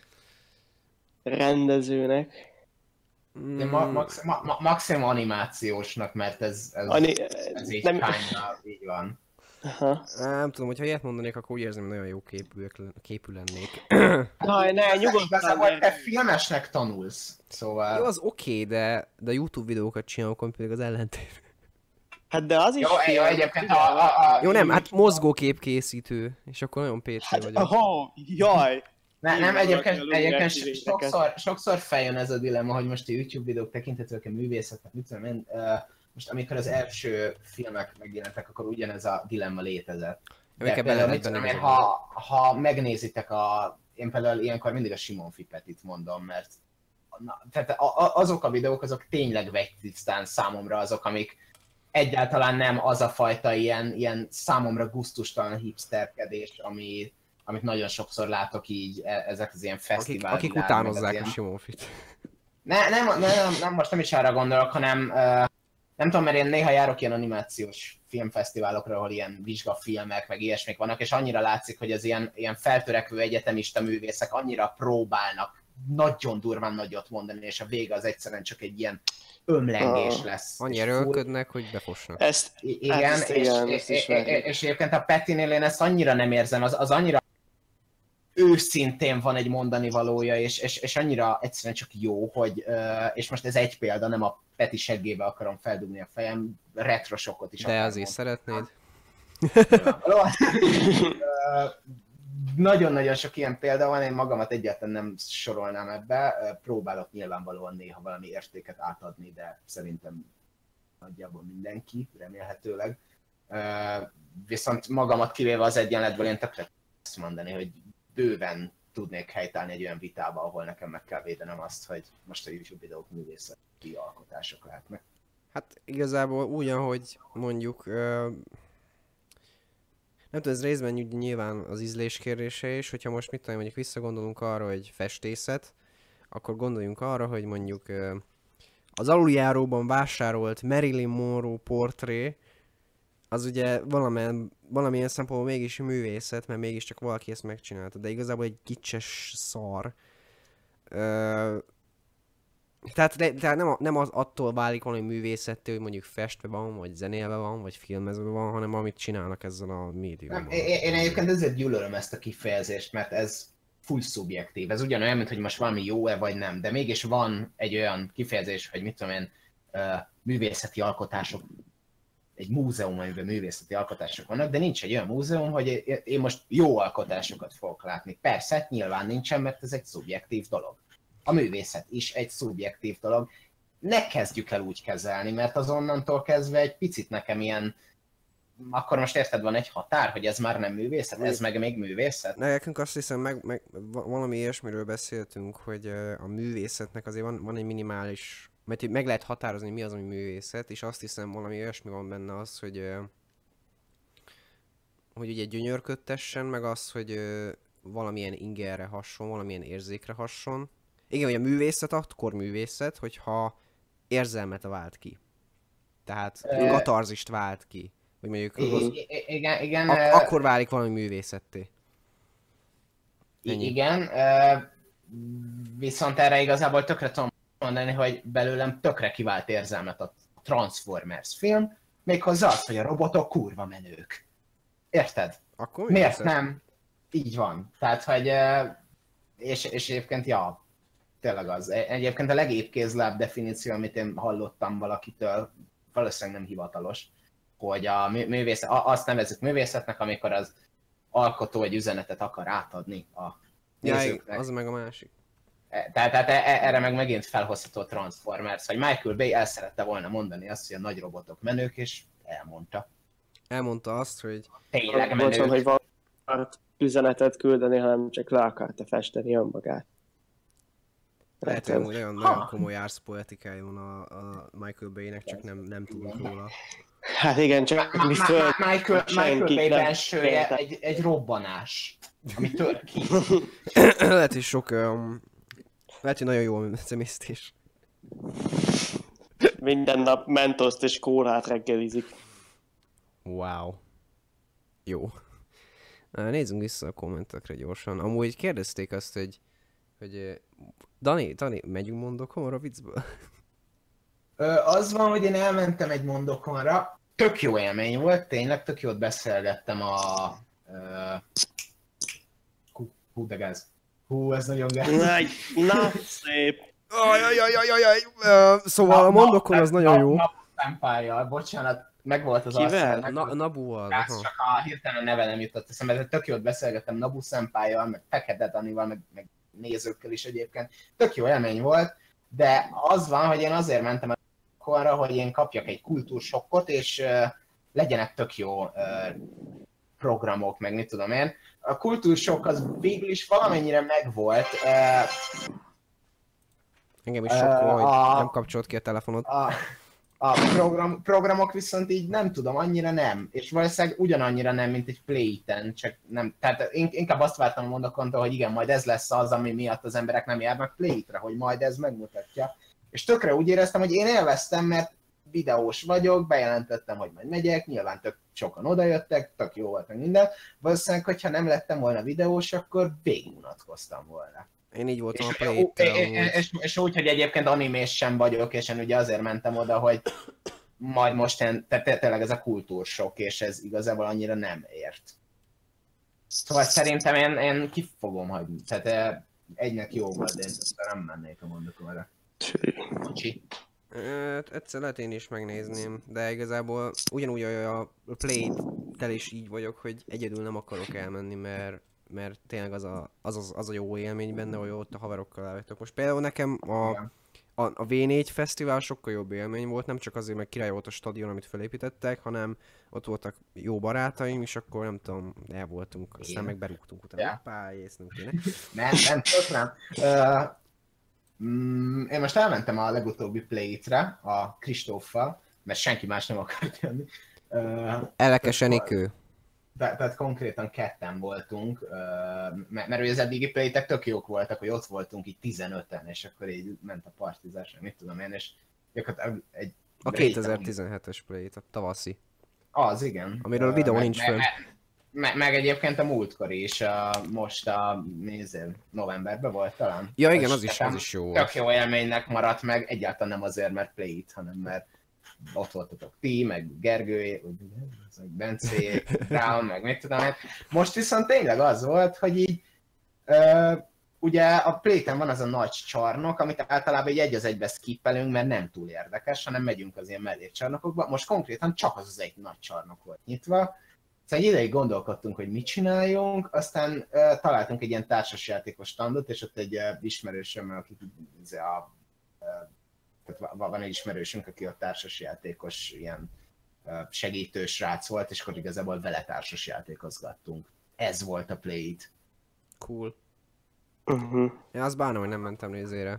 rendezőnek. De maximum animációsnak, mert ez így nem... kinda így van. Aha. Nem tudom, hogyha ilyet mondanék, akkor úgy érzem, hogy nagyon jó képű lennék. Ne, nyugodtan. Igazából te filmesnek tanulsz, szóval... Jó, az oké, de YouTube videókat csinálok, ami pedig az ellentét. Hát de az is jó, egyébként Jó, nem, hát mozgókép készítő, és akkor nagyon PC vagyok. Jaj! Nem, egyébként sokszor feljön ez a dilemma, hogy most a YouTube videók tekintetőek a művészetnek, mit tudom én, most amikor az első filmek megjelentek, akkor ugyanez a dilemma létezett. De például, ha megnézitek én például ilyenkor mindig a Simon Fipetit mondom, mert tehát azok a videók, azok tényleg vegytisztán számomra azok, amik egyáltalán nem az a fajta ilyen számomra gusztustalan hipsterkedés, amit nagyon sokszor látok így ezek az ilyen fesztivál. Akik utánozzák a Simon Fit. Nem, most nem is arra gondolok, hanem nem tudom, mert én néha járok ilyen animációs filmfesztiválokra, ahol ilyen vizsgafilmek, meg ilyesmik vannak, és annyira látszik, hogy az ilyen feltörekvő egyetemista művészek annyira próbálnak nagyon durván nagyot mondani, és a vége az egyszerűen csak egy ilyen ömlengés lesz. Annyira ölködnek, hogy befosnak. Igen, és egyébként a Petinél én ezt annyira nem érzem, az annyira őszintén van egy mondani valója, és annyira egyszerűen csak jó, hogy, és most ez egy példa, nem a Peti seggébe akarom feldugni a fejem, retrosokot is. De azért szeretnéd. Nagyon-nagyon sok ilyen példa van, én magamat egyáltalán nem sorolnám ebbe, próbálok nyilvánvalóan néha valami értéket átadni, de szerintem nagyjából mindenki, remélhetőleg. Viszont magamat kivéve az egyenletből én tökre azt mondani, hogy bőven tudnék helytállni egy olyan vitába, ahol nekem meg kell védenem azt, hogy most a YouTube videók művészeti alkotások lehetnek. Hát igazából úgy, ahogy mondjuk, nem tudom, ez részben nyilván az ízlés kérdése is, hogyha most mit tudom, mondjuk visszagondolunk arra, hogy festészet, akkor gondoljunk arra, hogy mondjuk az aluljáróban vásárolt Marilyn Monroe portré, az ugye valamilyen szempontból mégis művészet, mert mégiscsak valaki ezt megcsinálta, de igazából egy kicses szar. Tehát nem az attól válik valami művészettől, hogy mondjuk festve van, vagy zenélve van, vagy filmezve van, hanem amit csinálnak ezzel a médiumban. Én egyébként ezért gyűlölöm ezt a kifejezést, mert ez full szubjektív. Ez ugyanolyan, mint hogy most valami jó-e vagy nem, de mégis van egy olyan kifejezés, hogy mit tudom én, művészeti alkotások, egy múzeum, amiben művészeti alkotások vannak, de nincs egy olyan múzeum, hogy én most jó alkotásokat fogok látni. Persze, nyilván nincsen, mert ez egy szubjektív dolog. A művészet is egy szubjektív dolog. Ne kezdjük el úgy kezelni, mert azonnantól kezdve egy picit nekem ilyen, akkor most érted, van egy határ, hogy ez már nem művészet, ez meg még művészet? Nekünk azt hiszem, valami ilyesmiről beszéltünk, hogy a művészetnek azért van egy minimális, mert meg lehet határozni, mi az, ami művészet, és azt hiszem valami olyasmi van benne az, hogy ugye gyönyörködtessen, meg az, hogy valamilyen ingerre hasson, valamilyen érzékre hasson. Igen, hogy a művészet akkor művészet, hogyha érzelmet vált ki. Tehát katarzist vált ki. Vagy mondjuk igen, akkor válik valami művészetté. Igen, viszont erre igazából tökre tudom mondani, hogy belőlem tökre kivált érzelmet a Transformers film, méghozzá az, hogy a robotok kurva menők. Érted? Akkor miért nem? Így van. Tehát, hogy... És egyébként, ja, tényleg az. Egyébként a legépkézlább definíció, amit én hallottam valakitől, valószínűleg nem hivatalos, hogy a művészet, azt nevezzük művészetnek, amikor az alkotó egy üzenetet akar átadni a nézőknek. Az meg a másik. Tehát erre meg megint felhozható Transformers, hogy Michael Bay el szerette volna mondani azt, hogy a nagy robotok menők, és elmondta. Elmondta azt, hogy... Tényleg menők. Bocsán, hogy van üzenetet küldeni, hanem csak le akarta festeni önmagát. Lehet, hogy nagyon komoly árszpoetikája van a Michael Bay-nek, csak nem tudunk róla. Hát igen, csak mi föl... Michael Bay bensője egy robbanás, ami tör ki. Lehet, hogy sok... lehet, hogy nagyon jó a szemésztés. Minden nap mentoszt és kólát reggelizik. Wow. Jó. Nézzünk vissza a kommentekre gyorsan. Amúgy kérdezték azt, hogy Dani, megyünk Mondokonra viccből? Az van, hogy én elmentem egy Mondokonra, tök jó élmény volt, tényleg tök jót beszélgettem a... Hú, de gáz. Hú, ez nagyon gáz. Na, szép. Szóval a Mondokon az nagyon jó. Nabu Senpájjal, bocsánat, megvolt az Kivel? Nabuval. Csak a hirtelen neve nem jutott eszembe, de tök jót beszélgettem Nabu Senpájjal, meg Fekete Danival, meg nézőkkel is egyébként. Tök jó élmény volt, de az van, hogy én azért mentem arra, hogy én kapjak egy kultúrsokkot, és legyenek tök jó programok, meg mit tudom én. A kultúrsokk az végül is valamennyire megvolt. Engem is sokkal, hogy nem kapcsolt ki a telefonot. A programok viszont így nem tudom, annyira nem. És valószínűleg ugyanannyira nem, mint egy Play-ten, csak nem. Tehát inkább azt vártam a Mondokontól, hogy igen, majd ez lesz az, ami miatt az emberek nem járnak Play-tre, hogy majd ez megmutatja. És tökre úgy éreztem, hogy én élveztem, mert videós vagyok, bejelentettem, hogy majd megyek, nyilván tök sokan odajöttek, tök jó volt meg minden. Valószínűleg, hogyha nem lettem volna videós, akkor végigunatkoztam volna. Én így voltam a Play-tel. És úgy, hogy egyébként animés sem vagyok, és én ugye azért mentem oda, hogy majd most tényleg ez a kultúrsok, és ez igazából annyira nem ért. Szóval szerintem én ki fogom hagyni. Tehát egynek jó volt, de én nem mennék a Mondokonra. Kicsi. Egyszer lehet én is megnézném, de igazából ugyanúgy a Play-tel is így vagyok, hogy egyedül nem akarok elmenni, mert tényleg az a jó élmény benne, hogy ott a haverokkal elvettek. Most például nekem a V4 fesztivál sokkal jobb élmény volt, nem csak azért, mert király volt a stadion, amit felépítettek, hanem ott voltak jó barátaim, és akkor nem tudom, el voltunk, aztán meg berúgtunk utána. Hoppá, ész, nem kéne. Nem. Én most elmentem a legutóbbi Play-re, a Kristóffal, mert senki más nem akart jönni. Elekes Enikő. Tehát konkrétan ketten voltunk, mert az eddigi Play-tek tök jók voltak, hogy ott voltunk így 15-en, és akkor így ment a partizás, mit tudom én, és gyakorlatilag egy A 2017-es Play-t, a tavaszi. Az, igen. Amiről a videó nincs fönn. Meg egyébként a múltkor is, most novemberben volt talán. Ja igen, az is jó volt. Tök jó élménynek maradt meg, egyáltalán nem azért, mert Play It, hanem mert ott voltatok ti, meg Gergő, Bencé, Brown, meg mit tudom én. Most viszont tényleg az volt, hogy így ugye a Play-ten van az a nagy csarnok, amit általában egy az egybe skippelünk, mert nem túl érdekes, hanem megyünk az ilyen mellékcsarnokokba. Most konkrétan csak az egy nagy csarnok volt nyitva. Szóval egy ideig gondolkodtunk, hogy mit csináljunk, aztán találtunk egy ilyen társasjátékos standot, és ott egy ismerősömmel, aki tehát van egy ismerősünk, aki a társasjátékos ilyen segítő srác volt, és akkor igazából vele társasjátékozgattunk. Ez volt a Play It. Cool. Én azt bánom, hogy nem mentem nézére.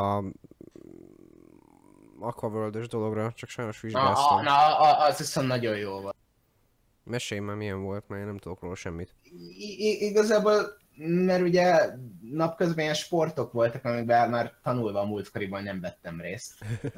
Aquaworld-ös dologra, csak sajnos vizsgáztam. Az viszont nagyon jó volt. Mesélj már milyen volt, mert én nem tudok róla semmit. Igazából, mert ugye napközben ilyen sportok voltak, amikben már tanulva a múltkoriban nem vettem részt.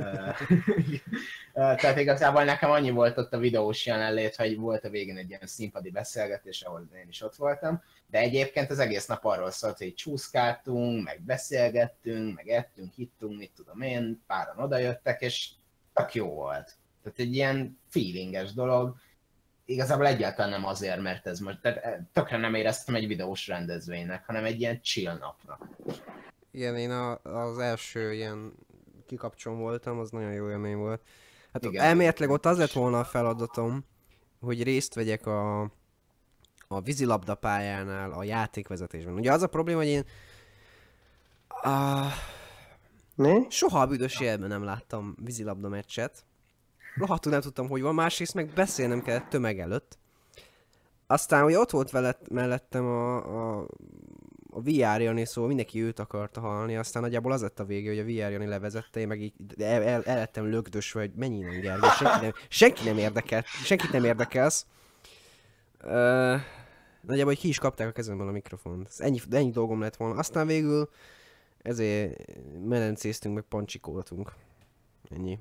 Tehát igazából nekem annyi volt ott a videós jelenlét, hogy volt a végén egy ilyen színpadi beszélgetés, ahol én is ott voltam. De egyébként az egész nap arról szólt, hogy csúszkáltunk, meg beszélgettünk, meg ettünk, hittünk, mit tudom én, páran odajöttek, és tök jó volt. Tehát egy ilyen feelinges dolog. Igazából egyáltalán nem azért, mert ez most, tehát tökre nem éreztem egy videós rendezvénynek, hanem egy ilyen chill napnak. Igen, én az első ilyen kikapcsolón voltam, az nagyon jó élmény volt. Hát igen, elméletileg ott az lett volna a feladatom, hogy részt vegyek a vízilabda pályánál a játékvezetésben. Ugye az a probléma, hogy én soha a büdös életben nem láttam vízilabda meccset. Rohadtul nem tudtam, hogy van, másrészt meg beszélnem kellett tömeg előtt. Aztán ugye ott volt mellettem a VR Jani, szóval mindenki őt akarta hallani, aztán nagyjából az lett a vége, hogy a VR Jani levezette, én meg így el lettem lögdösve, hogy menj innen, Gergő, senkit nem érdekelsz. Nagyjából, hogy ki is kapták a kezemből a mikrofont. Ennyi dolgom lett volna. Aztán végül ezért medencéztünk, meg pancsikoltunk. Ennyi.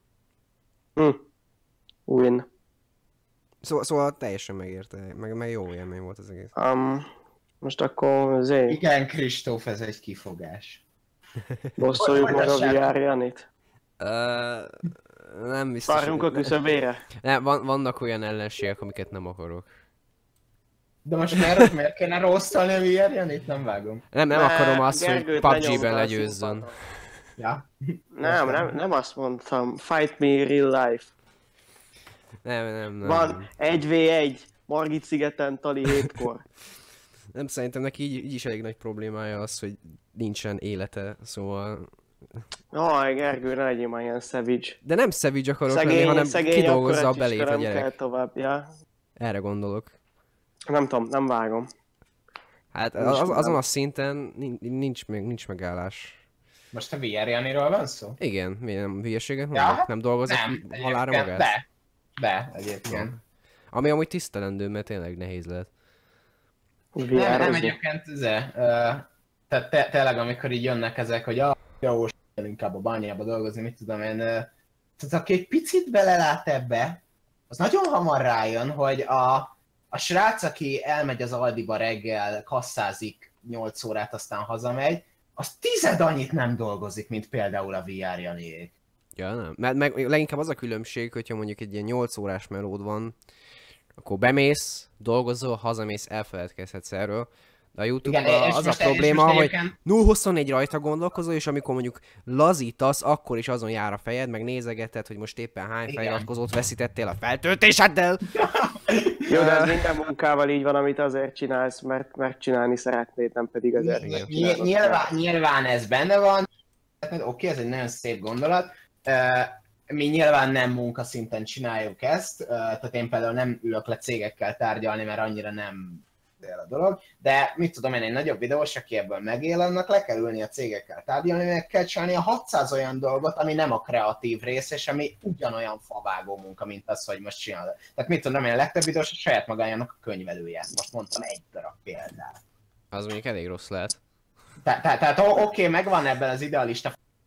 Win. Szóval teljesen megérte, meg jó élmény volt az egész. Most akkor Igen, Kristóf, ez egy kifogás. bosszoljuk meg a VR Janit. Nem biztos. Várjunk a küszöbére. Nem, vannak olyan ellenségek, amiket nem akarok. De most miért kéne rosszalni a VR Janit? Nem vágom. Nem akarom azt, hogy PUBG-ben legyőzzön. Ja. Nem azt mondtam. Fight me real life. Nem. Van 1v1, Margit szigeten, Tali 7-kor. Nem, szerintem neki így is elég nagy problémája az, hogy nincsen élete, szóval... Jaj, Gergő, ne legyél már ilyen savage. De nem savage akarok lenni, hanem kidolgozza a belét a gyerek. Kell tovább, ja. Erre gondolok. Nem tudom, nem vágom. Hát azon a szinten nincs megállás. Most a VR Janiról van szó? Igen, mi nem hülyeséget mondok? Ja, nem dolgozik halálra magát? De, egyébként. Ami amúgy tisztelendő, mert tényleg nehéz lehet. Nem egyébként, tehát tényleg amikor így jönnek ezek, hogy jó, inkább a bányába dolgozni, mit tudom én. Tehát aki egy picit belelát ebbe, az nagyon hamar rájön, hogy a srác, aki elmegy az Aldiba reggel, kasszázik 8 órát, aztán hazamegy, az 10 annyit nem dolgozik, mint például a VR Janiék. Ja, nem. Mert meg leginkább az a különbség, hogyha mondjuk egy ilyen 8 órás melód van, akkor bemész, dolgozol, hazamész, elfeledkezhetsz erről. De a YouTube-ban az a probléma, hogy 0-24 rajta gondolkozol, és amikor mondjuk lazítasz, akkor is azon jár a fejed, meg nézegeted, hogy most éppen hány feliratkozót veszítettél a feltöltéseddel. Jó, de ez minden munkával így van, amit azért csinálsz, mert megcsinálni szeretnéd, nem pedig azért Nyilván ez benne van. Oké, ez egy nagyon szép gondolat. Mi nyilván nem munkaszinten csináljuk ezt, tehát én például nem ülök le cégekkel tárgyalni, mert annyira nem él a dolog, de mit tudom én, egy nagyobb videós, aki ebből megél, annak le kell ülni a cégekkel tárgyalni, meg kell csinálni a 600 olyan dolgot, ami nem a kreatív rész, és ami ugyanolyan favágó munka, mint az, hogy most csinálod. Tehát mit tudom én, a legtöbb videós a saját magának a könyvelője. Most mondtam egy darab példát. Az mondjuk elég rossz lehet. Tehát oké, megvan ebben az idealista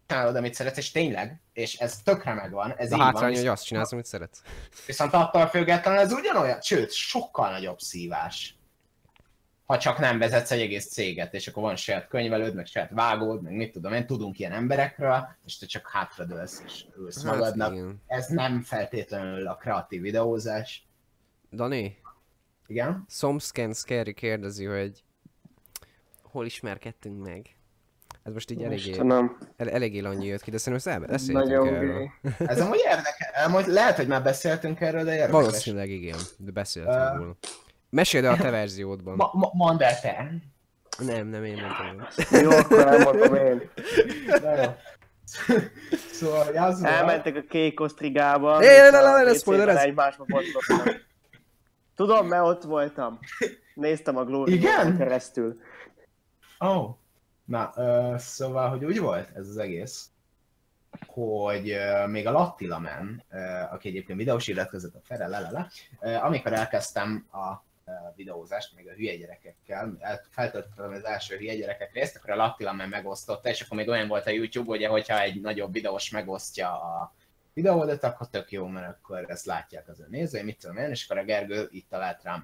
csinálod, amit szeretsz, és tényleg, és ez tökre megvan, ez A így hátrány, van. hogy azt csinálsz, amit szeretsz. Viszont attól függetlenül ez ugyanolyan, sőt, sokkal nagyobb szívás. Ha csak nem vezetsz egy egész céget, és akkor van saját könyvelőd, meg saját vágód, meg mit tudom én, tudunk ilyen emberekről, és te csak hátradőlsz és ülsz magadnak. Igen. Ez nem feltétlenül a kreatív videózás. Dani, Igen? Somscan Scary kérdezi, hogy hol ismerkedtünk meg? Ez most így eléggé annyi jött ki, de szerintem beszéltünk Nagyon erről. gay. Ez amúgy érdekel, lehet, hogy már beszéltünk erről, de érdekes. Valószínűleg igen, de beszéltünk róla. Meséld el a te verziódban. Mondd el te. Nem, én mondtam. Jó, akkor elmondom én. Na jó. Szóval Jászló... Elmentek a kék osztrigába. Ne spoilerezz! Egymásba botlottak. Tudom, mert ott voltam. Néztem a Glórián keresztül. Oh. Na, szóval, hogy úgy volt ez az egész, hogy még a Lattila Man, aki egyébként videós iratkozott a Ferel, amikor elkezdtem a videózást, még a hülye gyerekekkel, feltöltöttem az első hülye gyerekek részt, akkor a Lattila Man megosztotta, és akkor még olyan volt a YouTube, ugye, hogyha egy nagyobb videós megosztja a videódat, akkor tök jó, mert akkor ezt látják az ön nézői, mit tudom én, és akkor a Gergő itt talált rám.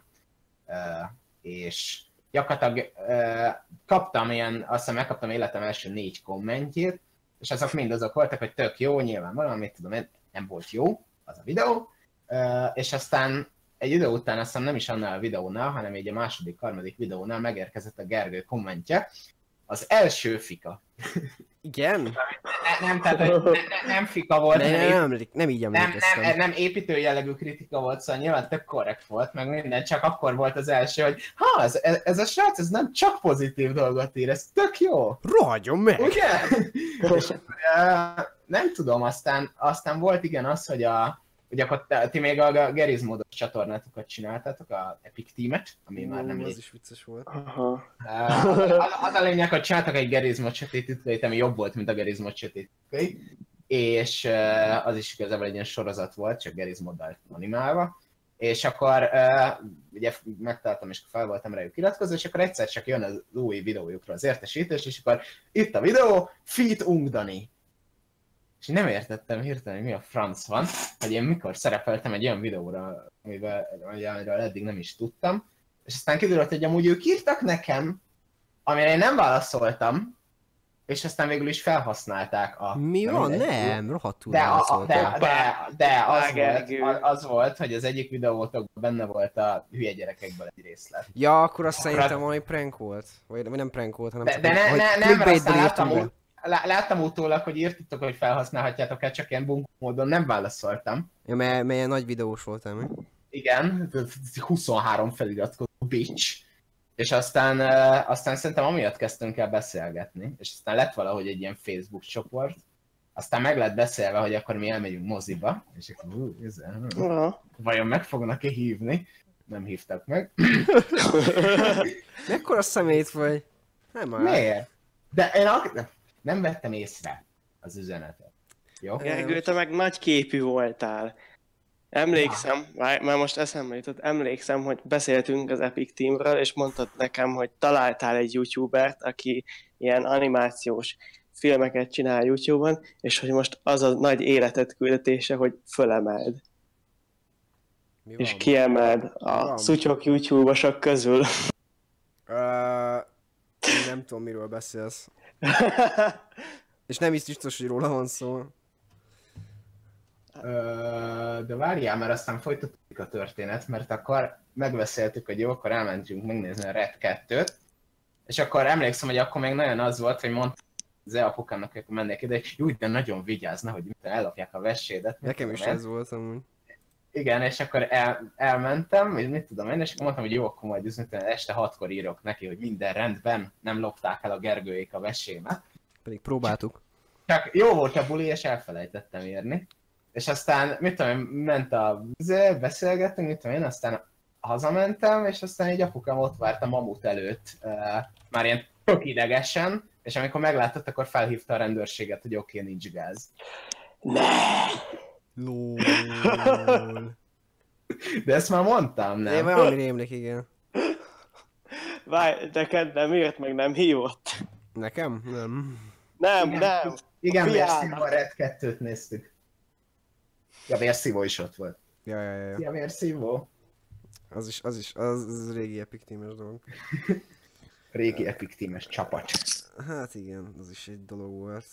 És gyakorlatilag kaptam ilyen, azt hiszem megkaptam életem első 4 kommentjét, és azok mind azok voltak, hogy tök jó, nyilván valamit tudom én, nem volt jó az a videó, és aztán egy idő után, azt hiszem nem is annál a videónál, hanem egy a második, harmadik videónál megérkezett a Gergő kommentje, az első fika. Igen? Nem, tehát hogy nem fika volt, nem így emlékeztem. nem építő jellegű kritika volt, szóval nyilván tök korrekt volt, meg minden, csak akkor volt az első, hogy ez a srác, ez nem csak pozitív dolgot ír, ez tök jó. Rohadjon meg! Ugye? És, nem tudom, aztán volt igen az, hogy ugye akkor ti még a Gerizmodos csatornátokat csináltátok, a Epic Team-et, ami már nem az is vicces volt. Az a lényeg, hogy csináltak egy Gerizmod sötétítőit, ami jobb volt, mint a Gerizmod sötétítői, és az is igazából egy ilyen sorozat volt, csak Gerizmoddal animálva, és akkor ugye megtaláltam, és fel voltam rájuk iratkozva, és akkor egyszer csak jön az új videójukra az értesítés, és akkor itt a videó, Feat Ungdani. És nem értettem hirtelen, hogy mi a franc van, hogy én mikor szerepeltem egy olyan videóra, amiről eddig nem is tudtam, és aztán kiderült, hogy amúgy ők írtak nekem, amire én nem válaszoltam, és aztán végül is felhasználták a... Mi van? Nem, rohadtul de az volt, hogy az egyik videótokban benne volt a hülye gyerekekből egy részlet. Ja, akkor azt szerintem valami prank volt. Vagy nem prank volt, hanem nem, mert aztán láttam utólag, hogy írtatok, hogy felhasználhatjátok-e, csak ilyen bunkó módon nem válaszoltam. Ja, mert ilyen nagy videós voltál, mi? Igen, 23 feliratkozó bitch. És aztán szerintem amiatt kezdtünk el beszélgetni, és aztán lett valahogy egy ilyen Facebook csoport, aztán meg lett beszélve, hogy akkor mi elmegyünk moziba, és akkor vajon meg fognak-e hívni? Nem hívtak meg. Mekkora szemét vagy? Nem már. Miért? De én nem vettem észre az üzenetet. Jó? Gergő, te meg nagy képű voltál. Emlékszem, már most eszembe jutott, emlékszem, hogy beszéltünk az Epic Teamről, és mondtad nekem, hogy találtál egy YouTubert, aki ilyen animációs filmeket csinál YouTube-on, és hogy most az a nagy életet küldetése, hogy fölemeld. És kiemeld a szutyok YouTube-osok közül. Nem tudom, miről beszélsz. És nem is biztos, hogy róla van szó. De várjál, mert aztán folytatjuk a történet, mert akkor megbeszéltük, hogy jó, akkor elmentünk megnézni a Red 2-t, és akkor emlékszem, hogy akkor még nagyon az volt, hogy mondta az apukámnak, hogy mennék ide, hogy jó, de nagyon vigyázna, hogy ellopják a vessédet. Nekem is ez volt amúgy. Igen, és akkor elmentem, és mit tudom én, és akkor mondtam, hogy jó, akkor majd este 6-kor írok neki, hogy minden rendben, nem lopták el a Gergőék a vesémet. Pedig próbáltuk. Csak jó volt a buli, és elfelejtettem írni. És aztán, mit tudom én, ment beszélgettünk, mit tudom én, aztán hazamentem, és aztán egy apukám ott várt a mamut előtt, már ilyen tök idegesen, és amikor meglátott, akkor felhívta a rendőrséget, hogy oké, nincs gáz. Lol. De ezt már mondtam, nem? Én valami rémlik, igen. Várj, neked nem írt, meg nem hívott. Nekem? Nem. Nem. Igen, Vérszívó Red 2-t néztük. Ja, Vérszívó is ott volt. Ja. Szia, Vérszívó. Az régi Epic Team-es dolog. Régi Epic Team-es csapat. Hát igen, az is egy dolog volt.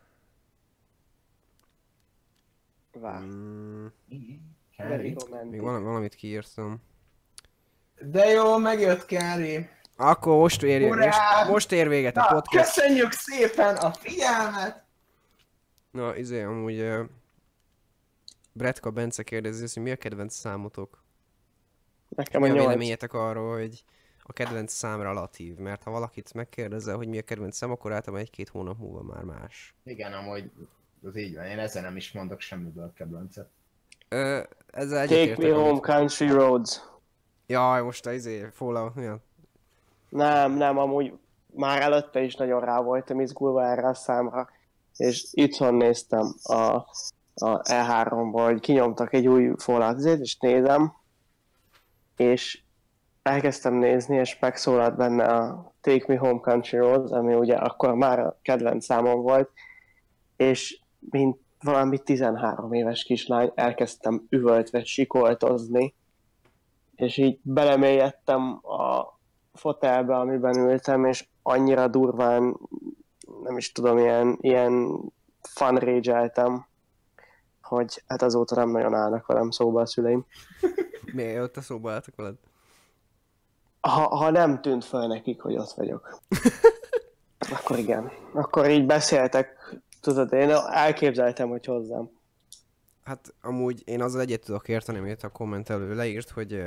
Még valamit kiírtam. De jó, megjött Kári. Akkor most ér véget a podcast. Köszönjük szépen a figyelmet! Na, amúgy Bretka Bence kérdezi, hogy mi a kedvenc számotok? Nekem mi a 8. véleményetek arról, hogy a kedvenc szám relatív? Mert ha valakit megkérdezel, hogy mi a kedvenc szám, akkor általában 1-2 hónap múlva már más. Igen, amúgy az így van. Én ezzel nem is mondok semmiből kedvencet. Ezzel Take me home country roads. Jaj, most a Fallout milyen? Nem, amúgy már előtte is nagyon rá voltam izgulva erre a számra. És itthon néztem a E3-ból, hogy kinyomtak egy új Fallout-t, és nézem. És elkezdtem nézni, és megszólalt benne a Take Me Home Country Roads, ami ugye akkor már a kedvenc számom volt. És mint valami 13 éves kislány elkezdtem üvöltve sikoltozni. És így belemélyedtem a fotelbe, amiben ültem, és annyira durván, nem is tudom, ilyen fun rage-eltem, hogy hát azóta nem nagyon állnak velem szóba a szüleim. Miért ott a szóba álltak veled? Ha nem tűnt fel nekik, hogy ott vagyok. Akkor igen. Akkor így beszéltek, tudod, én elképzeltem, hogy hozzám. Hát amúgy én azzal egyet tudok érteni, amit a kommentelő leírt, hogy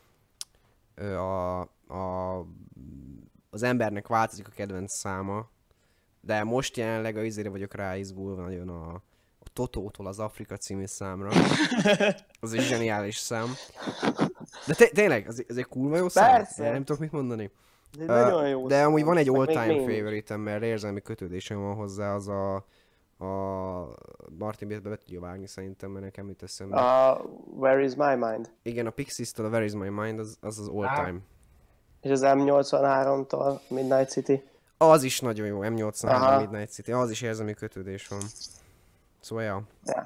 az embernek változik a kedvenc száma, de most jelenleg a izére vagyok ráizgulva nagyon a Totótól az Afrika című számra. Az egy zseniális szám. De tényleg, ez egy kurva jó szám? Persze. Én nem tudok mit mondani. Nagyon jó de szám. amúgy van egy all-time még favorite-em, mert érzelmi kötődésem van hozzá, az a Martin be tudja vágni szerintem, mert nekem jut eszembe. Where is my mind? Igen, a Pixies-től a Where is my mind, az all-time. És az M83-tól Midnight City? Az is nagyon jó, M83 Aha. Midnight City, az is érzelmi kötődés van. Szóval ja.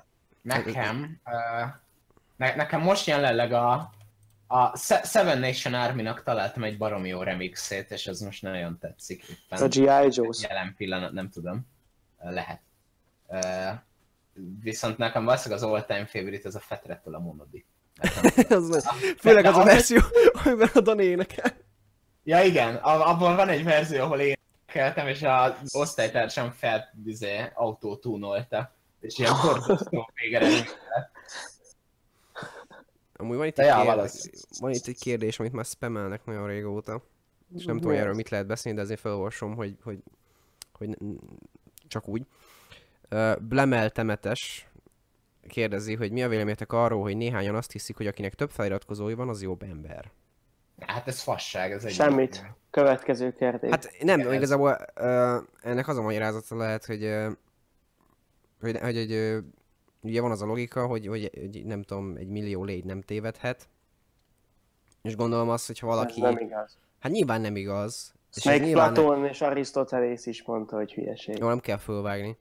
Nekem most jelenleg a Seven Nation Army-nak találtam egy baromi jó remixét, és ez most nagyon tetszik éppen. A G.I. Joe's. Jelen pillanat, nem tudom. Lehet. Viszont nekem valószínűleg az all-time favorite az a Fetrettől a Monodi. Főleg az a verzió, amiben a Dani énekel. Ja igen, abban van egy verzió, ahol énekeltem, és az osztálytársam autótúnolta. És ilyen borzasztó végeredmény lett. Amúgy van itt egy kérdés, amit már spamelnek nagyon régóta. És nem tudom, hogy erről mit lehet beszélni, de azért felolvasom, hogy csak úgy. Blemel Temetes kérdezi, hogy mi a véleményetek arról, hogy néhányan azt hiszik, hogy akinek több feliratkozói van, az jobb ember. Hát ez fasság, ez egy... Semmit. Következő kérdés. Hát nem, igazából ennek az a magyarázata lehet, hogy ugye van az a logika, hogy nem tudom, 1 millió légy nem tévedhet. És gondolom azt, hogyha valaki... Ez nem igaz. Hát nyilván nem igaz. És még Platón és Arisztotelész is mondta, hogy hülyeség. Jó, nem kell fölvágni.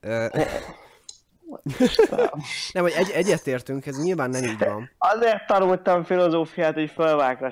Nem, hogy egyetértünk, ez nyilván nem így van. Azért tanultam filozófiát, hogy fölvágras.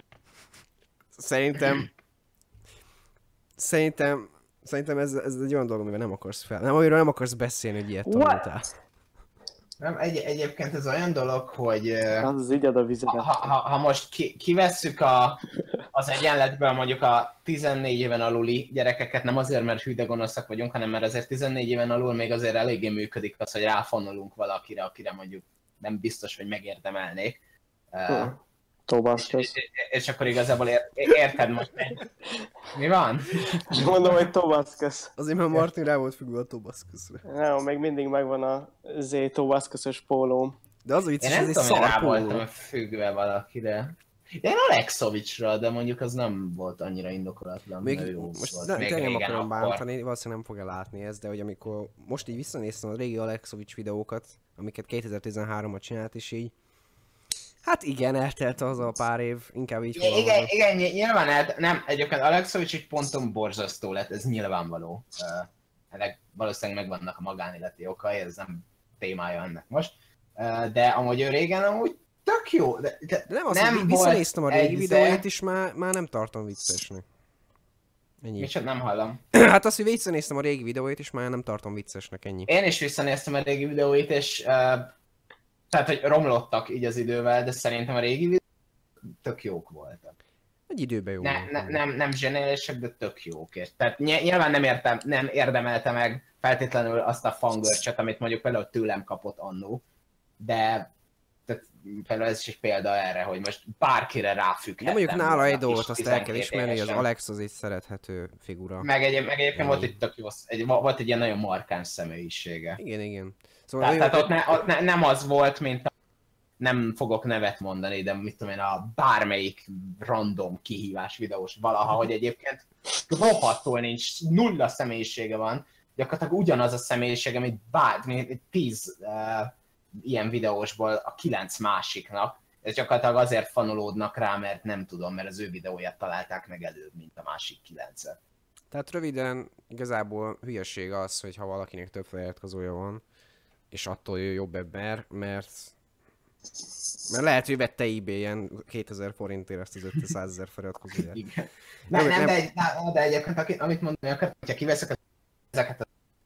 Szerintem ez egy olyan dolog, amiről nem akarsz beszélni, hogy ilyet tanultál. Nem, egyébként ez olyan dolog, hogy az igyad a vizedet. Ha most kivesszük az egyenletből mondjuk a 14 éven aluli gyerekeket, nem azért, mert hű de gonoszak vagyunk, hanem mert azért 14 éven alul még azért eléggé működik az, hogy ráfonolunk valakire, akire mondjuk nem biztos, hogy megérdemelnék. Tobaszkösz. És akkor igazából érted most. Mi van? Mondom, hogy Tobaszkösz. Azért már Martin rá volt függve a Tobaszköszre. Nem, még mindig megvan a Tobaszköszös pólóm. De az a vicces, ez egy szar póló. Én nem tudom, hogy rá voltam függve valakire. Én Alexovicsra, de mondjuk az nem volt annyira indokolatlan. Most nem akarom bántani, valószínűleg nem fogja látni ezt, de hogy amikor most így visszanéztem a régi Alexovics videókat, amiket 2013-ban csinált, és így hát igen, eltelt az a pár év, inkább így igen, nyilván nem, egyébként Alexovics egy ponton borzasztó lett, ez nyilvánvaló. ennek valószínűleg megvannak a magánéleti okai, ez nem témája ennek most. De amúgy ő régen amúgy tök jó. De nem azt, hogy visszanéztem a régi videóit is, már nem tartom viccesnek. Ennyi. Micsoda, nem hallom. Hát azt, hogy visszanéztem a régi videóit is, már nem tartom viccesnek, ennyi. Én is visszanéztem a régi videóit, és tehát, hogy romlottak így az idővel, de szerintem a régi videók tök jók voltak. Egy időben jó. Nem zseniálisak, de tök jók. És tehát nyilván nem érdemelte meg feltétlenül azt a fangörcsöt, amit mondjuk például tőlem kapott annó, de tehát például ez is egy példa erre, hogy most bárkire ráfügghettem. De mondjuk nála egy dolgot azt el kell ismerni, hogy az Alex az egy szerethető figura. Meg egyébként volt egy tök jó, volt egy ilyen nagyon markáns személyisége. Igen. Szóval tehát ott nem az volt, mint nem fogok nevet mondani, de mit tudom én, a bármelyik random kihívás videós valaha, hogy egyébként rohadtul nincs, nulla személyisége van, gyakorlatilag ugyanaz a személyisége, mint 10 ilyen videósból a 9 másiknak, ez gyakorlatilag azért fanolódnak rá, mert nem tudom, mert az ő videóját találták meg előbb, mint a másik 9-et. Tehát röviden igazából hülyeség az, hogy ha valakinek több feliratkozója van, és attól ő jobb ember, mert lehet, hogy vette eBay-en 2000 forintért ezt az 500 000 feliratkozóját. Igen. De egyébként, amit mondani akar, hogyha kiveszek ezeket a...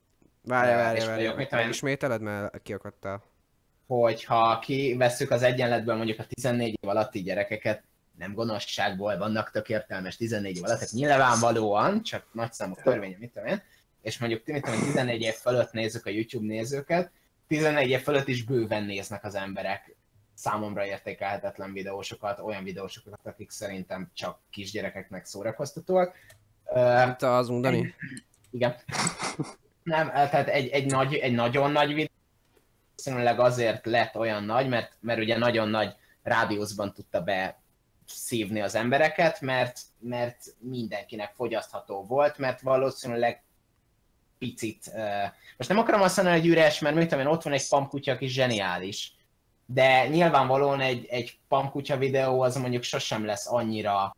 Várj, ismételed, mert kiakadtál. Hogyha kivesszük az egyenletből mondjuk a 14 év alatti gyerekeket, nem gonoszságból vannak tök értelmes 14 év alatt, tehát nyilvánvalóan, csak nagyszámú törvénye, mit tudom én, és mondjuk 14 év fölött nézzük a YouTube nézőket, 14 év fölött is bőven néznek az emberek számomra értékelhetetlen videósokat, olyan videósokat, akik szerintem csak kisgyerekeknek szórakoztatóak. Te az mondani? Igen. Nem, tehát egy nagyon nagy videó, valószínűleg azért lett olyan nagy, mert ugye nagyon nagy rádiuszban tudta beszívni az embereket, mert mindenkinek fogyasztható volt, mert valószínűleg picit... Most nem akarom azt mondani, hogy üres, mert mit tudom én, ott van egy pampkutya, aki zseniális, de nyilvánvalóan egy pampkutya videó az mondjuk sosem lesz annyira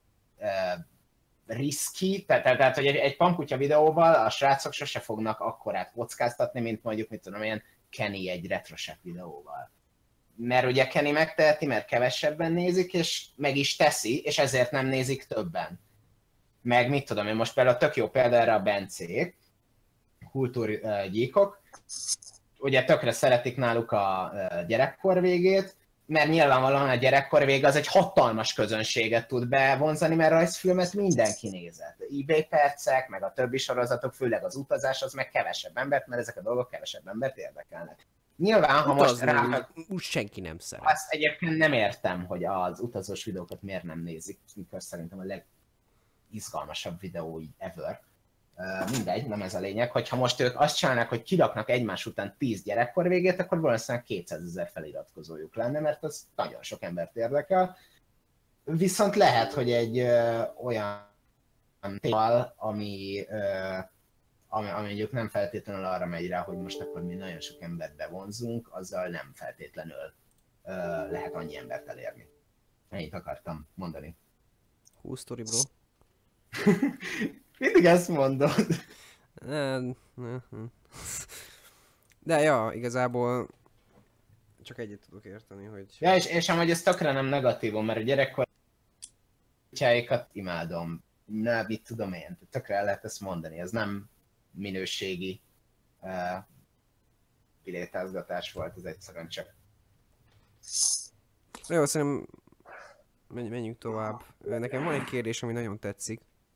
risky, tehát hogy egy pampkutya videóval a srácok sose fognak akkorát kockáztatni, mint mondjuk, mit tudom én, Kenny egy retrosek videóval. Mert ugye Kenny megteheti, mert kevesebben nézik, és meg is teszi, és ezért nem nézik többen. Meg mit tudom én, most például tök jó példa erre a Bencék, kultúrgyíkok, ugye tökre szeretik náluk a gyerekkor végét, mert nyilvánvalóan a gyerekkor vége az egy hatalmas közönséget tud bevonzani, mert rajzfilmet mindenki nézett. eBay percek, meg a többi sorozatok, főleg az utazás, az meg kevesebb embert, mert ezek a dolgok kevesebb embert érdekelnek. Nyilván, ha most rá... Úgy senki nem szeret. Azt egyébként nem értem, hogy az utazós videókat miért nem nézik, mikor szerintem a legizgalmasabb videói ever. Mindegy, nem ez a lényeg, hogyha most ők azt csinálnak, hogy kiraknak egymás után 10 gyerekkor végét, akkor valószínűleg 200 000 feliratkozójuk lenne, mert az nagyon sok embert érdekel. Viszont lehet, hogy egy olyan témával, ami mondjuk nem feltétlenül arra megy rá, hogy most akkor mi nagyon sok embert bevonzunk, azzal nem feltétlenül lehet annyi embert elérni. Ennyit akartam mondani. 20 story, bro. Mindig ezt mondod. De ja, igazából csak egyet tudok érteni, hogy... Ja, és amúgy ez tökre nem negatívum, mert a gyerekkor kutyáikat imádom. Na, mit tudom én, tökre el lehet ezt mondani, ez nem minőségi pilétázgatás volt, ez egyszerűen csak... Jó, szerintem menjünk tovább. Nekem van egy kérdés, ami nagyon tetszik.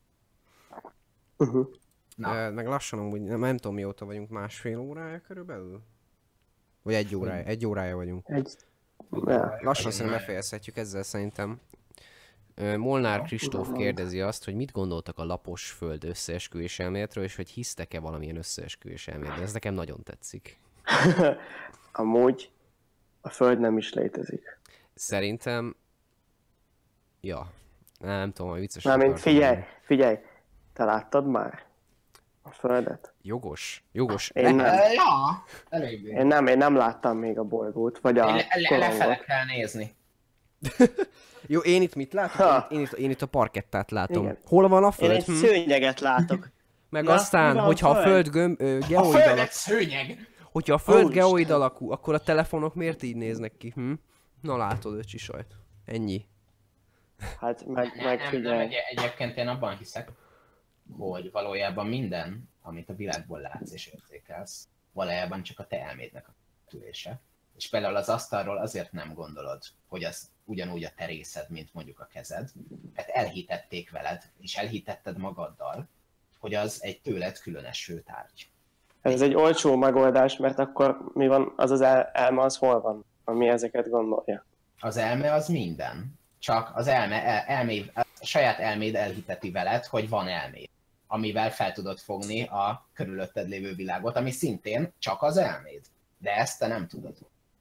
Meg lassan amúgy, nem tudom mióta vagyunk, másfél órája körülbelül? Vagy egy órája vagyunk. Lassan szerintem befejezhetjük ezzel szerintem. Molnár Kristóf kérdezi azt, hogy mit gondoltak a lapos föld összeesküvés elméletről, és hogy hisztek-e valamilyen összeesküvés elméletben. Ez nekem nagyon tetszik. Amúgy a föld nem is létezik. Szerintem... Ja, nem tudom, hogy vicces. Mármint figyelj, te láttad már a földet? Jogos. Én nem. Ja, eléggé. Én nem láttam még a bolygót, vagy a korongot. Lefele kell nézni. Jó, én itt mit látok? Én itt a parkettát látom. Igen. Hol van a föld? Én egy szőnyeget látok. Meg Na, aztán, mi van, hogyha a Föld? Föld A geoid Föld alakú, egy szőnyeg! hogyha a Föld Úristen. geoid alakú, akkor a telefonok miért így néznek ki? Na látod, öcsi sajt. Ennyi. Hát meg Nem, figyelj. egyébként én abban hiszek, hogy valójában minden, amit a világból látsz és érzékelsz, valójában csak a te elmédnek a tülése. És például az asztalról azért nem gondolod, hogy az ugyanúgy a te részed, mint mondjuk a kezed, mert elhitették veled, és elhitetted magaddal, hogy az egy tőled különeső tárgy. Ez egy olcsó megoldás, mert akkor mi van, az elme az hol van, ami ezeket gondolja? Az elme az minden. Csak az a saját elméd elhiteti veled, hogy van elméd, amivel fel tudod fogni a körülötted lévő világot, ami szintén csak az elméd. De ezt te nem tudod.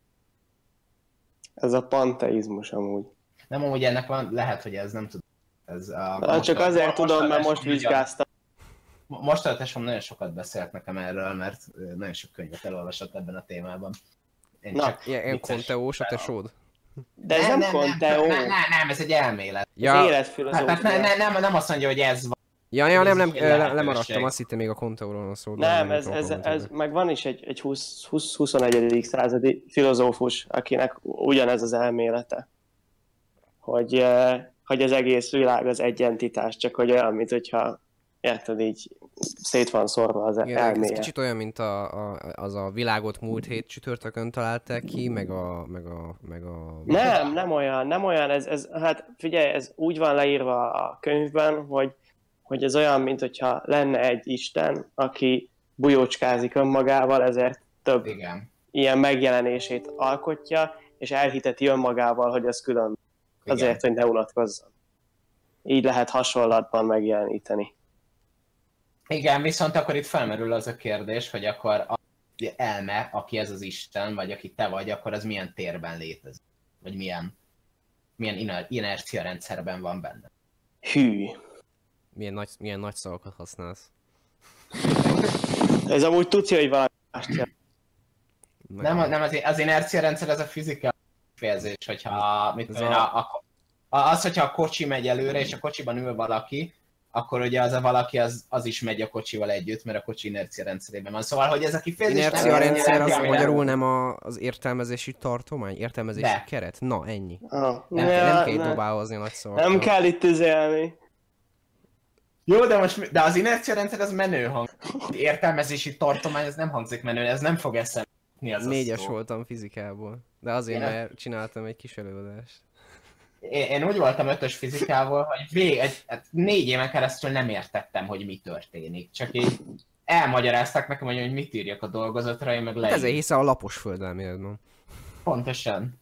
Ez a panteizmus amúgy. Nem, amúgy ennek van, lehet, hogy ez nem tudom. Csak azért tudom, mert most vizsgáztam. Mostanában nagyon sokat beszélt nekem erről, mert nagyon sok könyvet elolvasott ebben a témában. Ilyen konteós a tesód? De ez nem konteó. Nem, ez egy elmélet. Ja. Az életfilozófia. Nem azt mondja, hogy ez van. Ja, nem, lehetőség. lemaradtam, azt hittem még a konteóról van szó. Nem, ez meg van is egy 20-21. századi filozófus, akinek ugyanez az elmélete. Hogy az egész világ az egy entitás, csak hogy olyan, mint hogyha érted, így szét van szórva az elméje. Ez kicsit olyan, mint az a világot múlt hét csütörtökön találták ki, meg a... Nem olyan, hát figyelj, ez úgy van leírva a könyvben, hogy ez olyan, mint hogyha lenne egy Isten, aki bujócskázik önmagával, ezért több ilyen megjelenését alkotja, és elhiteti önmagával, hogy ez külön. Azért, hogy ne unatkozzon. Így lehet hasonlatban megjeleníteni. Igen, viszont akkor itt felmerül az a kérdés, hogy akkor az elme, aki ez az Isten, vagy aki te vagy, akkor az milyen térben létezik? Vagy milyen inercia rendszerben van benne? Hű. Milyen nagy szavakat használsz. Ez amúgy tudja, hogy valami mást jelent. Nem az inercia rendszer, ez a fizika fejezés, hogyha hogyha a kocsi megy előre, és a kocsiban ül valaki, akkor ugye az a valaki az is megy a kocsival együtt, mert a kocsi inercia rendszerében van. Szóval, hogy ez a kifejezés... Inercia rendszer az magyarul nem az értelmezési tartomány? Értelmezési keret? Na, ennyi. Nem kell dobálhozni nagy szavakkal. Nem kell itt üzelni. Jó, de az inercia rendszer az menő hang. Értelmezési tartomány, ez nem hangzik menő, ez nem fog eszembe. 4-es voltam fizikából, de azért, mert csináltam egy kis előadást. Én úgy voltam 5-ös fizikával, hogy 4 éven keresztül nem értettem, hogy mi történik. Csak így elmagyarázták nekem, hogy mit írjak a dolgozatra, én meg leírtam. Ezért hiszel a lapos földelméletben. Pontosan.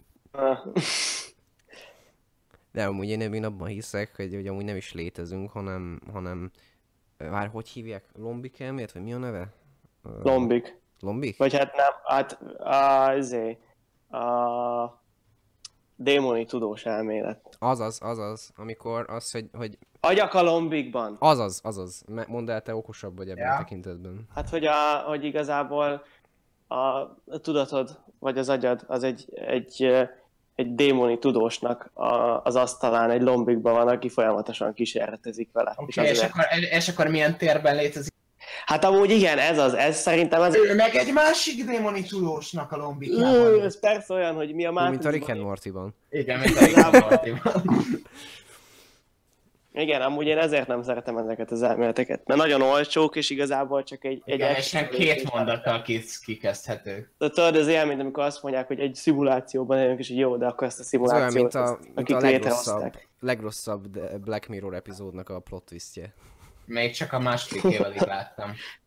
De amúgy én abban hiszek, hogy amúgy nem is létezünk, hanem vár, hogy hívják? Lombik elmélet, vagy mi a neve? Lombik. Lombik? Vagy hát nem, a démoni tudós elmélet. Azaz, amikor az, hogy... Agyak a lombikban. Azaz. Mondd el, te okosabb vagy ebben a tekintetben. Hát, hogy igazából a tudatod, vagy az agyad, az egy démoni tudósnak az asztalán egy lombikban van, aki folyamatosan kísérletezik vele. Okay, és akkor milyen térben létezik? Hát amúgy igen, ez szerintem ez... Ő meg egy másik démoni tudósnak a lombikjában. Ez persze olyan, hogy mi a Matrixban. Mint a Rick and Mortyban. Igen, mint a Rick and Mortyban. Igen, amúgy én ezért nem szeretem ezeket az elméleteket, mert nagyon olcsók, és igazából csak egy és nem 2 mondattal kikezdhető. De tudod, ez olyan, mint amikor azt mondják, hogy egy szimulációban élünk, és jó, de akkor ezt a szimulációt, mint a legrosszabb Black Mirror epizódnak a plot twistje. Még csak a másodikével láttam.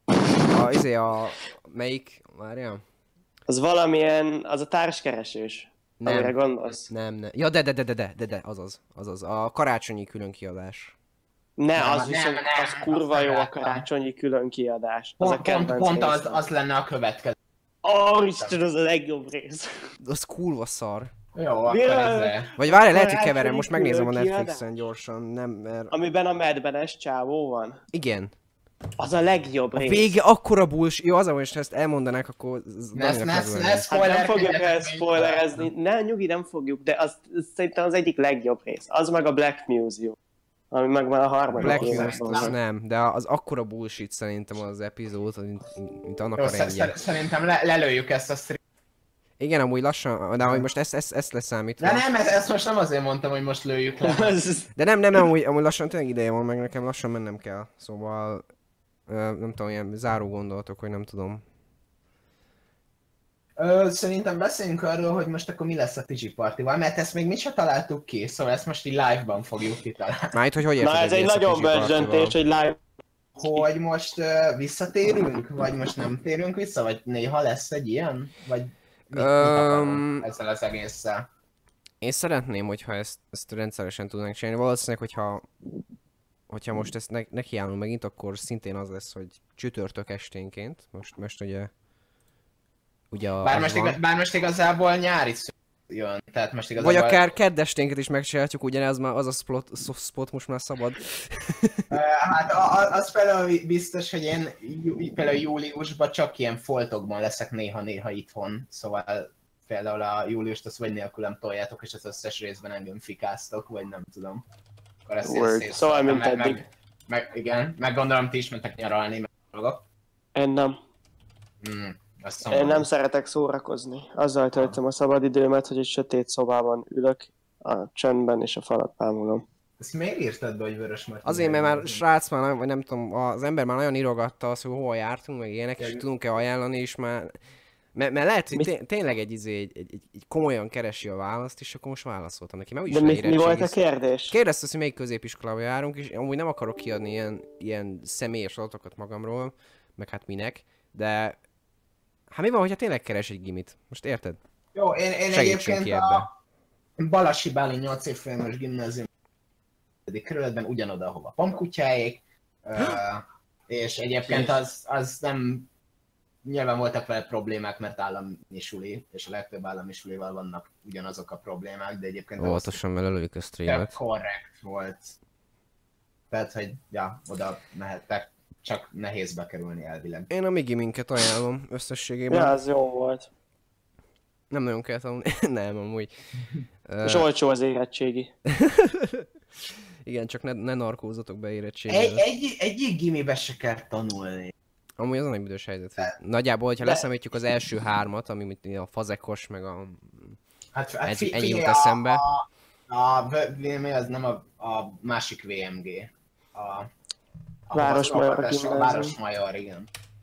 Melyik? Várjál? Az valamilyen, az a társkeresős. Amire gondolsz? Nem. Ja, de, azaz. A karácsonyi különkiadás. Az kurva jó a karácsonyi különkiadás. Pont az lenne a következő. Isten, az a legjobb rész. Az kurva szar. Jó, akkor ezzel. Vagy várj, lehet, hogy keverem, most megnézem a Netflixen gyorsan, nem, mert... Amiben a Madben-es csávó van? Igen. Az a legjobb rész. A vége akkora bullshit. Jó, az, hogy ezt elmondanák, akkor... Ne fogjuk spoilerezni. Ne, nyugi, nem fogjuk, de az szerintem az egyik legjobb rész. Az meg a Black Museum. Ami meg már a harmadik Black évben Mirror van. az nem, de az akkora bullshit szerintem az epizód, mint annak Jó, a rendje. szerintem lelőjük ezt a stream. Igen, amúgy lassan, de amúgy most ezt leszámítva. De nem, ezt most nem azért mondtam, hogy most lőjük le. De nem, amúgy lassan tényleg ideje van, meg nekem lassan mennem kell. Szóval, nem tudom, ilyen záró gondolatok, hogy nem tudom. Szerintem beszéljünk arról, hogy most akkor mi lesz a Pizsi Partival, mert ezt még mi sem találtuk ki, szóval ezt most így live-ban fogjuk kitalálni. Már itt, hogy érted? Na ez egy nagyon bölcs döntés, hogy live. Hogy most visszatérünk, vagy most nem térünk vissza, vagy néha lesz egy ilyen? Vagy mit akarunk ezzel az egésszel? Én szeretném, hogyha ezt rendszeresen tudnánk csinálni. Valószínűleg, hogyha most ezt nekiállunk megint, akkor szintén az lesz, hogy csütörtök esténként. Most ugye Bár most igazából nyári jön, tehát most igazából... Vagy akár kedd esténket is megcsinálhatjuk, ugyanez már az a spot most már szabad. Hát az például biztos, hogy én például júliusban csak ilyen foltokban leszek néha-néha itthon, szóval például a júliust azt vagy nélkülem toljátok, és az összes részben engem fikáztok, vagy nem tudom. Akkor ezt szóval mint eddig. Igen, meg gondolom ti is mentek nyaralni, meg dolgok. Én nem. Én nem szeretek szórakozni. Azzal töltöm a szabadidőmet, hogy egy sötét szobában ülök, a csöndben és a falat pámulom. Ezt miért írtad be, hogy Vörös Martin? Azért, mert már srác már, vagy nem tudom, az ember már nagyon írogatta azt, hogy hova jártunk, meg ilyenek, és tudunk-e ajánlani, és már... Mert lehet, hogy tényleg egy komolyan keresi a választ, és akkor most válaszoltam neki. De mi volt a kérdés? Kérdezte, hogy melyik középiskolába járunk, és amúgy nem akarok kiadni ilyen személyes adatokat magamról, meg hát minek, de... Hát mi van, hogyha tényleg keres egy gimit? Most érted? Jó, én egyébként a Balassi Bálint 8 évfolyamos gimnázium kerületben ugyanoda, ahova Pamkutyáék, és egyébként az nem... Nyilván voltak vele problémák, mert állami suli, és a legtöbb állami sulival vannak ugyanazok a problémák, de egyébként... Óvatosan, mert lelőjük a streamet. Korrekt volt. Tehát, hogy ja, oda mehettek, csak nehéz bekerülni elvileg. Én a Migiminket ajánlom összességében. Ja, az jó volt. Nem nagyon kell tanulni. Nem, amúgy. És olcsó az érettségi. Igen, csak ne narkózatok be érettségi. Egyik gimibe se kell tanulni. Amúgy az a nagy büdös helyzet. Nagyjából, hogyha leszámítjuk az első hármat, ami mint a fazekos, meg a... Hát ennyi jut eszembe. A VMG az nem a másik VMG. A Városmajor, igen.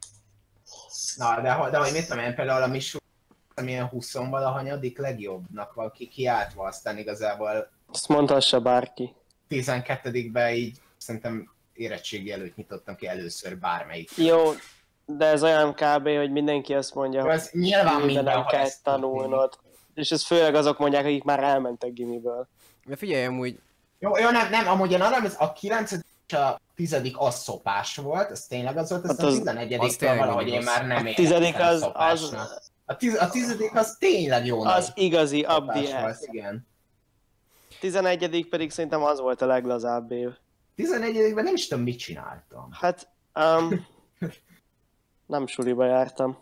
Na, de hogy mit tudom én, például a Misú, amilyen 20-valahanyadik legjobbnak van kiáltva, aztán igazából... Ezt mondhassa bárki. 12-ben így szerintem érettségi előtt nyitottam ki először bármelyik. Jó, de ez olyan kb, hogy mindenki azt mondja, hogy nyilván nem kell tanulnod. És ez főleg azok mondják, akik már elmentek gimiből. De figyelj, amúgy... Jó, nem, amúgy én arra, a 9. és a 10. az szopás volt, ez tényleg az volt, aztán a 11-től valahogy én már nem értem szopásnak. A 10. az tényleg jó. Az igazi abdi igen. 11. pedig szerintem az volt a leglazább év. 11-ben nem is tudom, mit csináltam. Hát, nem suliba jártam.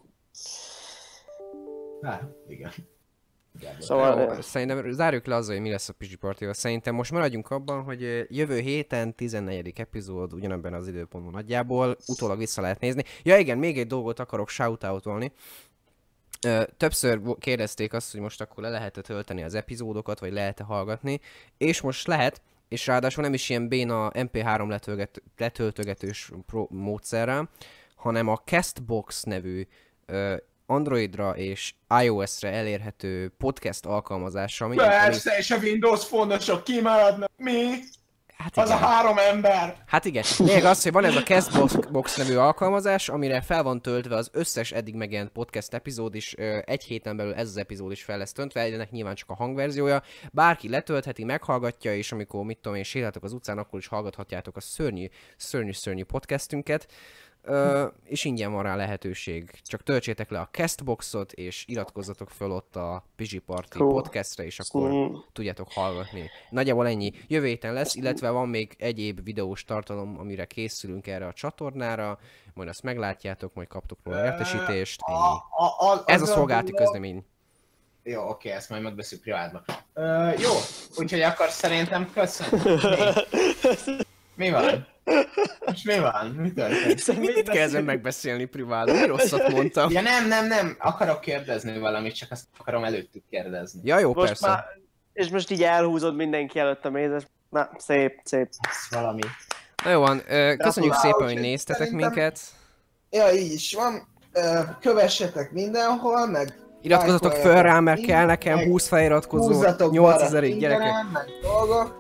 Hát, igen. Szóval szerintem zárjuk le azzal, hogy mi lesz a Pizsi Partival. Szerintem most maradjunk abban, hogy jövő héten 14. epizód ugyanebben az időpontban nagyjából, utólag vissza lehet nézni. Ja igen, még egy dolgot akarok shoutoutolni. Többször kérdezték azt, hogy most akkor le lehet-e tölteni az epizódokat, vagy lehet-e hallgatni, és most lehet, és ráadásul nem is ilyen béna MP3 letöltögetős módszerrel, hanem a Castbox nevű Androidra és iOS-re elérhető podcast alkalmazással. Persze, és a Windows Phone-osok kimaradnak, mi? Hát az a 3 ember! Hát igen, lényeg az, hogy van ez a Castbox nevű alkalmazás, amire fel van töltve az összes eddig megjelent podcast epizód is, egy héten belül ez az epizód is fel lesz töltve, ennek nyilván csak a hangverziója. Bárki letöltheti, meghallgatja, és amikor mit tudom én sétáltok az utcán, akkor is hallgathatjátok a szörnyű podcastünket. És ingyen van rá lehetőség. Csak töltsétek le a Castboxot, és iratkozzatok föl ott a Pizsi Party podcastre, és akkor tudjátok hallgatni. Nagyjából ennyi. Jövő héten lesz, illetve van még egyéb videós tartalom, amire készülünk erre a csatornára. Majd azt meglátjátok, majd kaptok róla értesítést. Ez a szolgálati közlemény. Jó, oké, ezt majd megbeszéljük privátban. Jó, úgyhogy akkor szerintem köszönöm. Mi van? Most mi van? Mi történt? Mit kell ezen megbeszélni privátban? Mi rosszat mondtam? Ja nem, akarok kérdezni valamit, csak azt akarom előttük kérdezni. Ja jó, Most persze. már, és most így elhúzod mindenki előtt a mézes. Na, szép. Ez valami. Na jó van, köszönjük szépen, hogy úgyhogy néztetek szerintem- minket. Ja, így is van. Kövessetek mindenhol, meg... Iratkozzatok föl rá, mert kell nekem 20 feliratkozó, húzzatok 8000-ig, balra gyerekek. Tinderen, meg dolgok.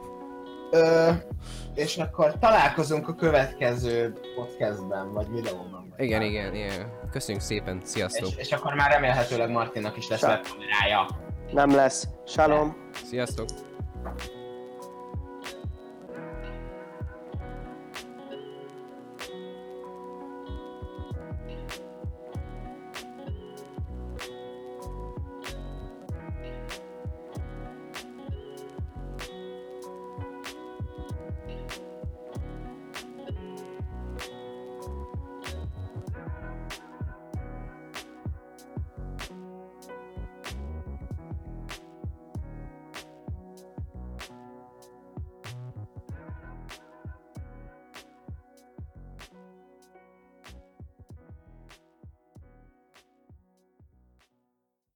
És akkor találkozunk a következő podcastben, vagy videóban. Vagy Igen. Köszönjük szépen, sziasztok. És akkor már remélhetőleg Martinnak is lesz Csak. webkamerája. Nem lesz. Shalom. Sziasztok.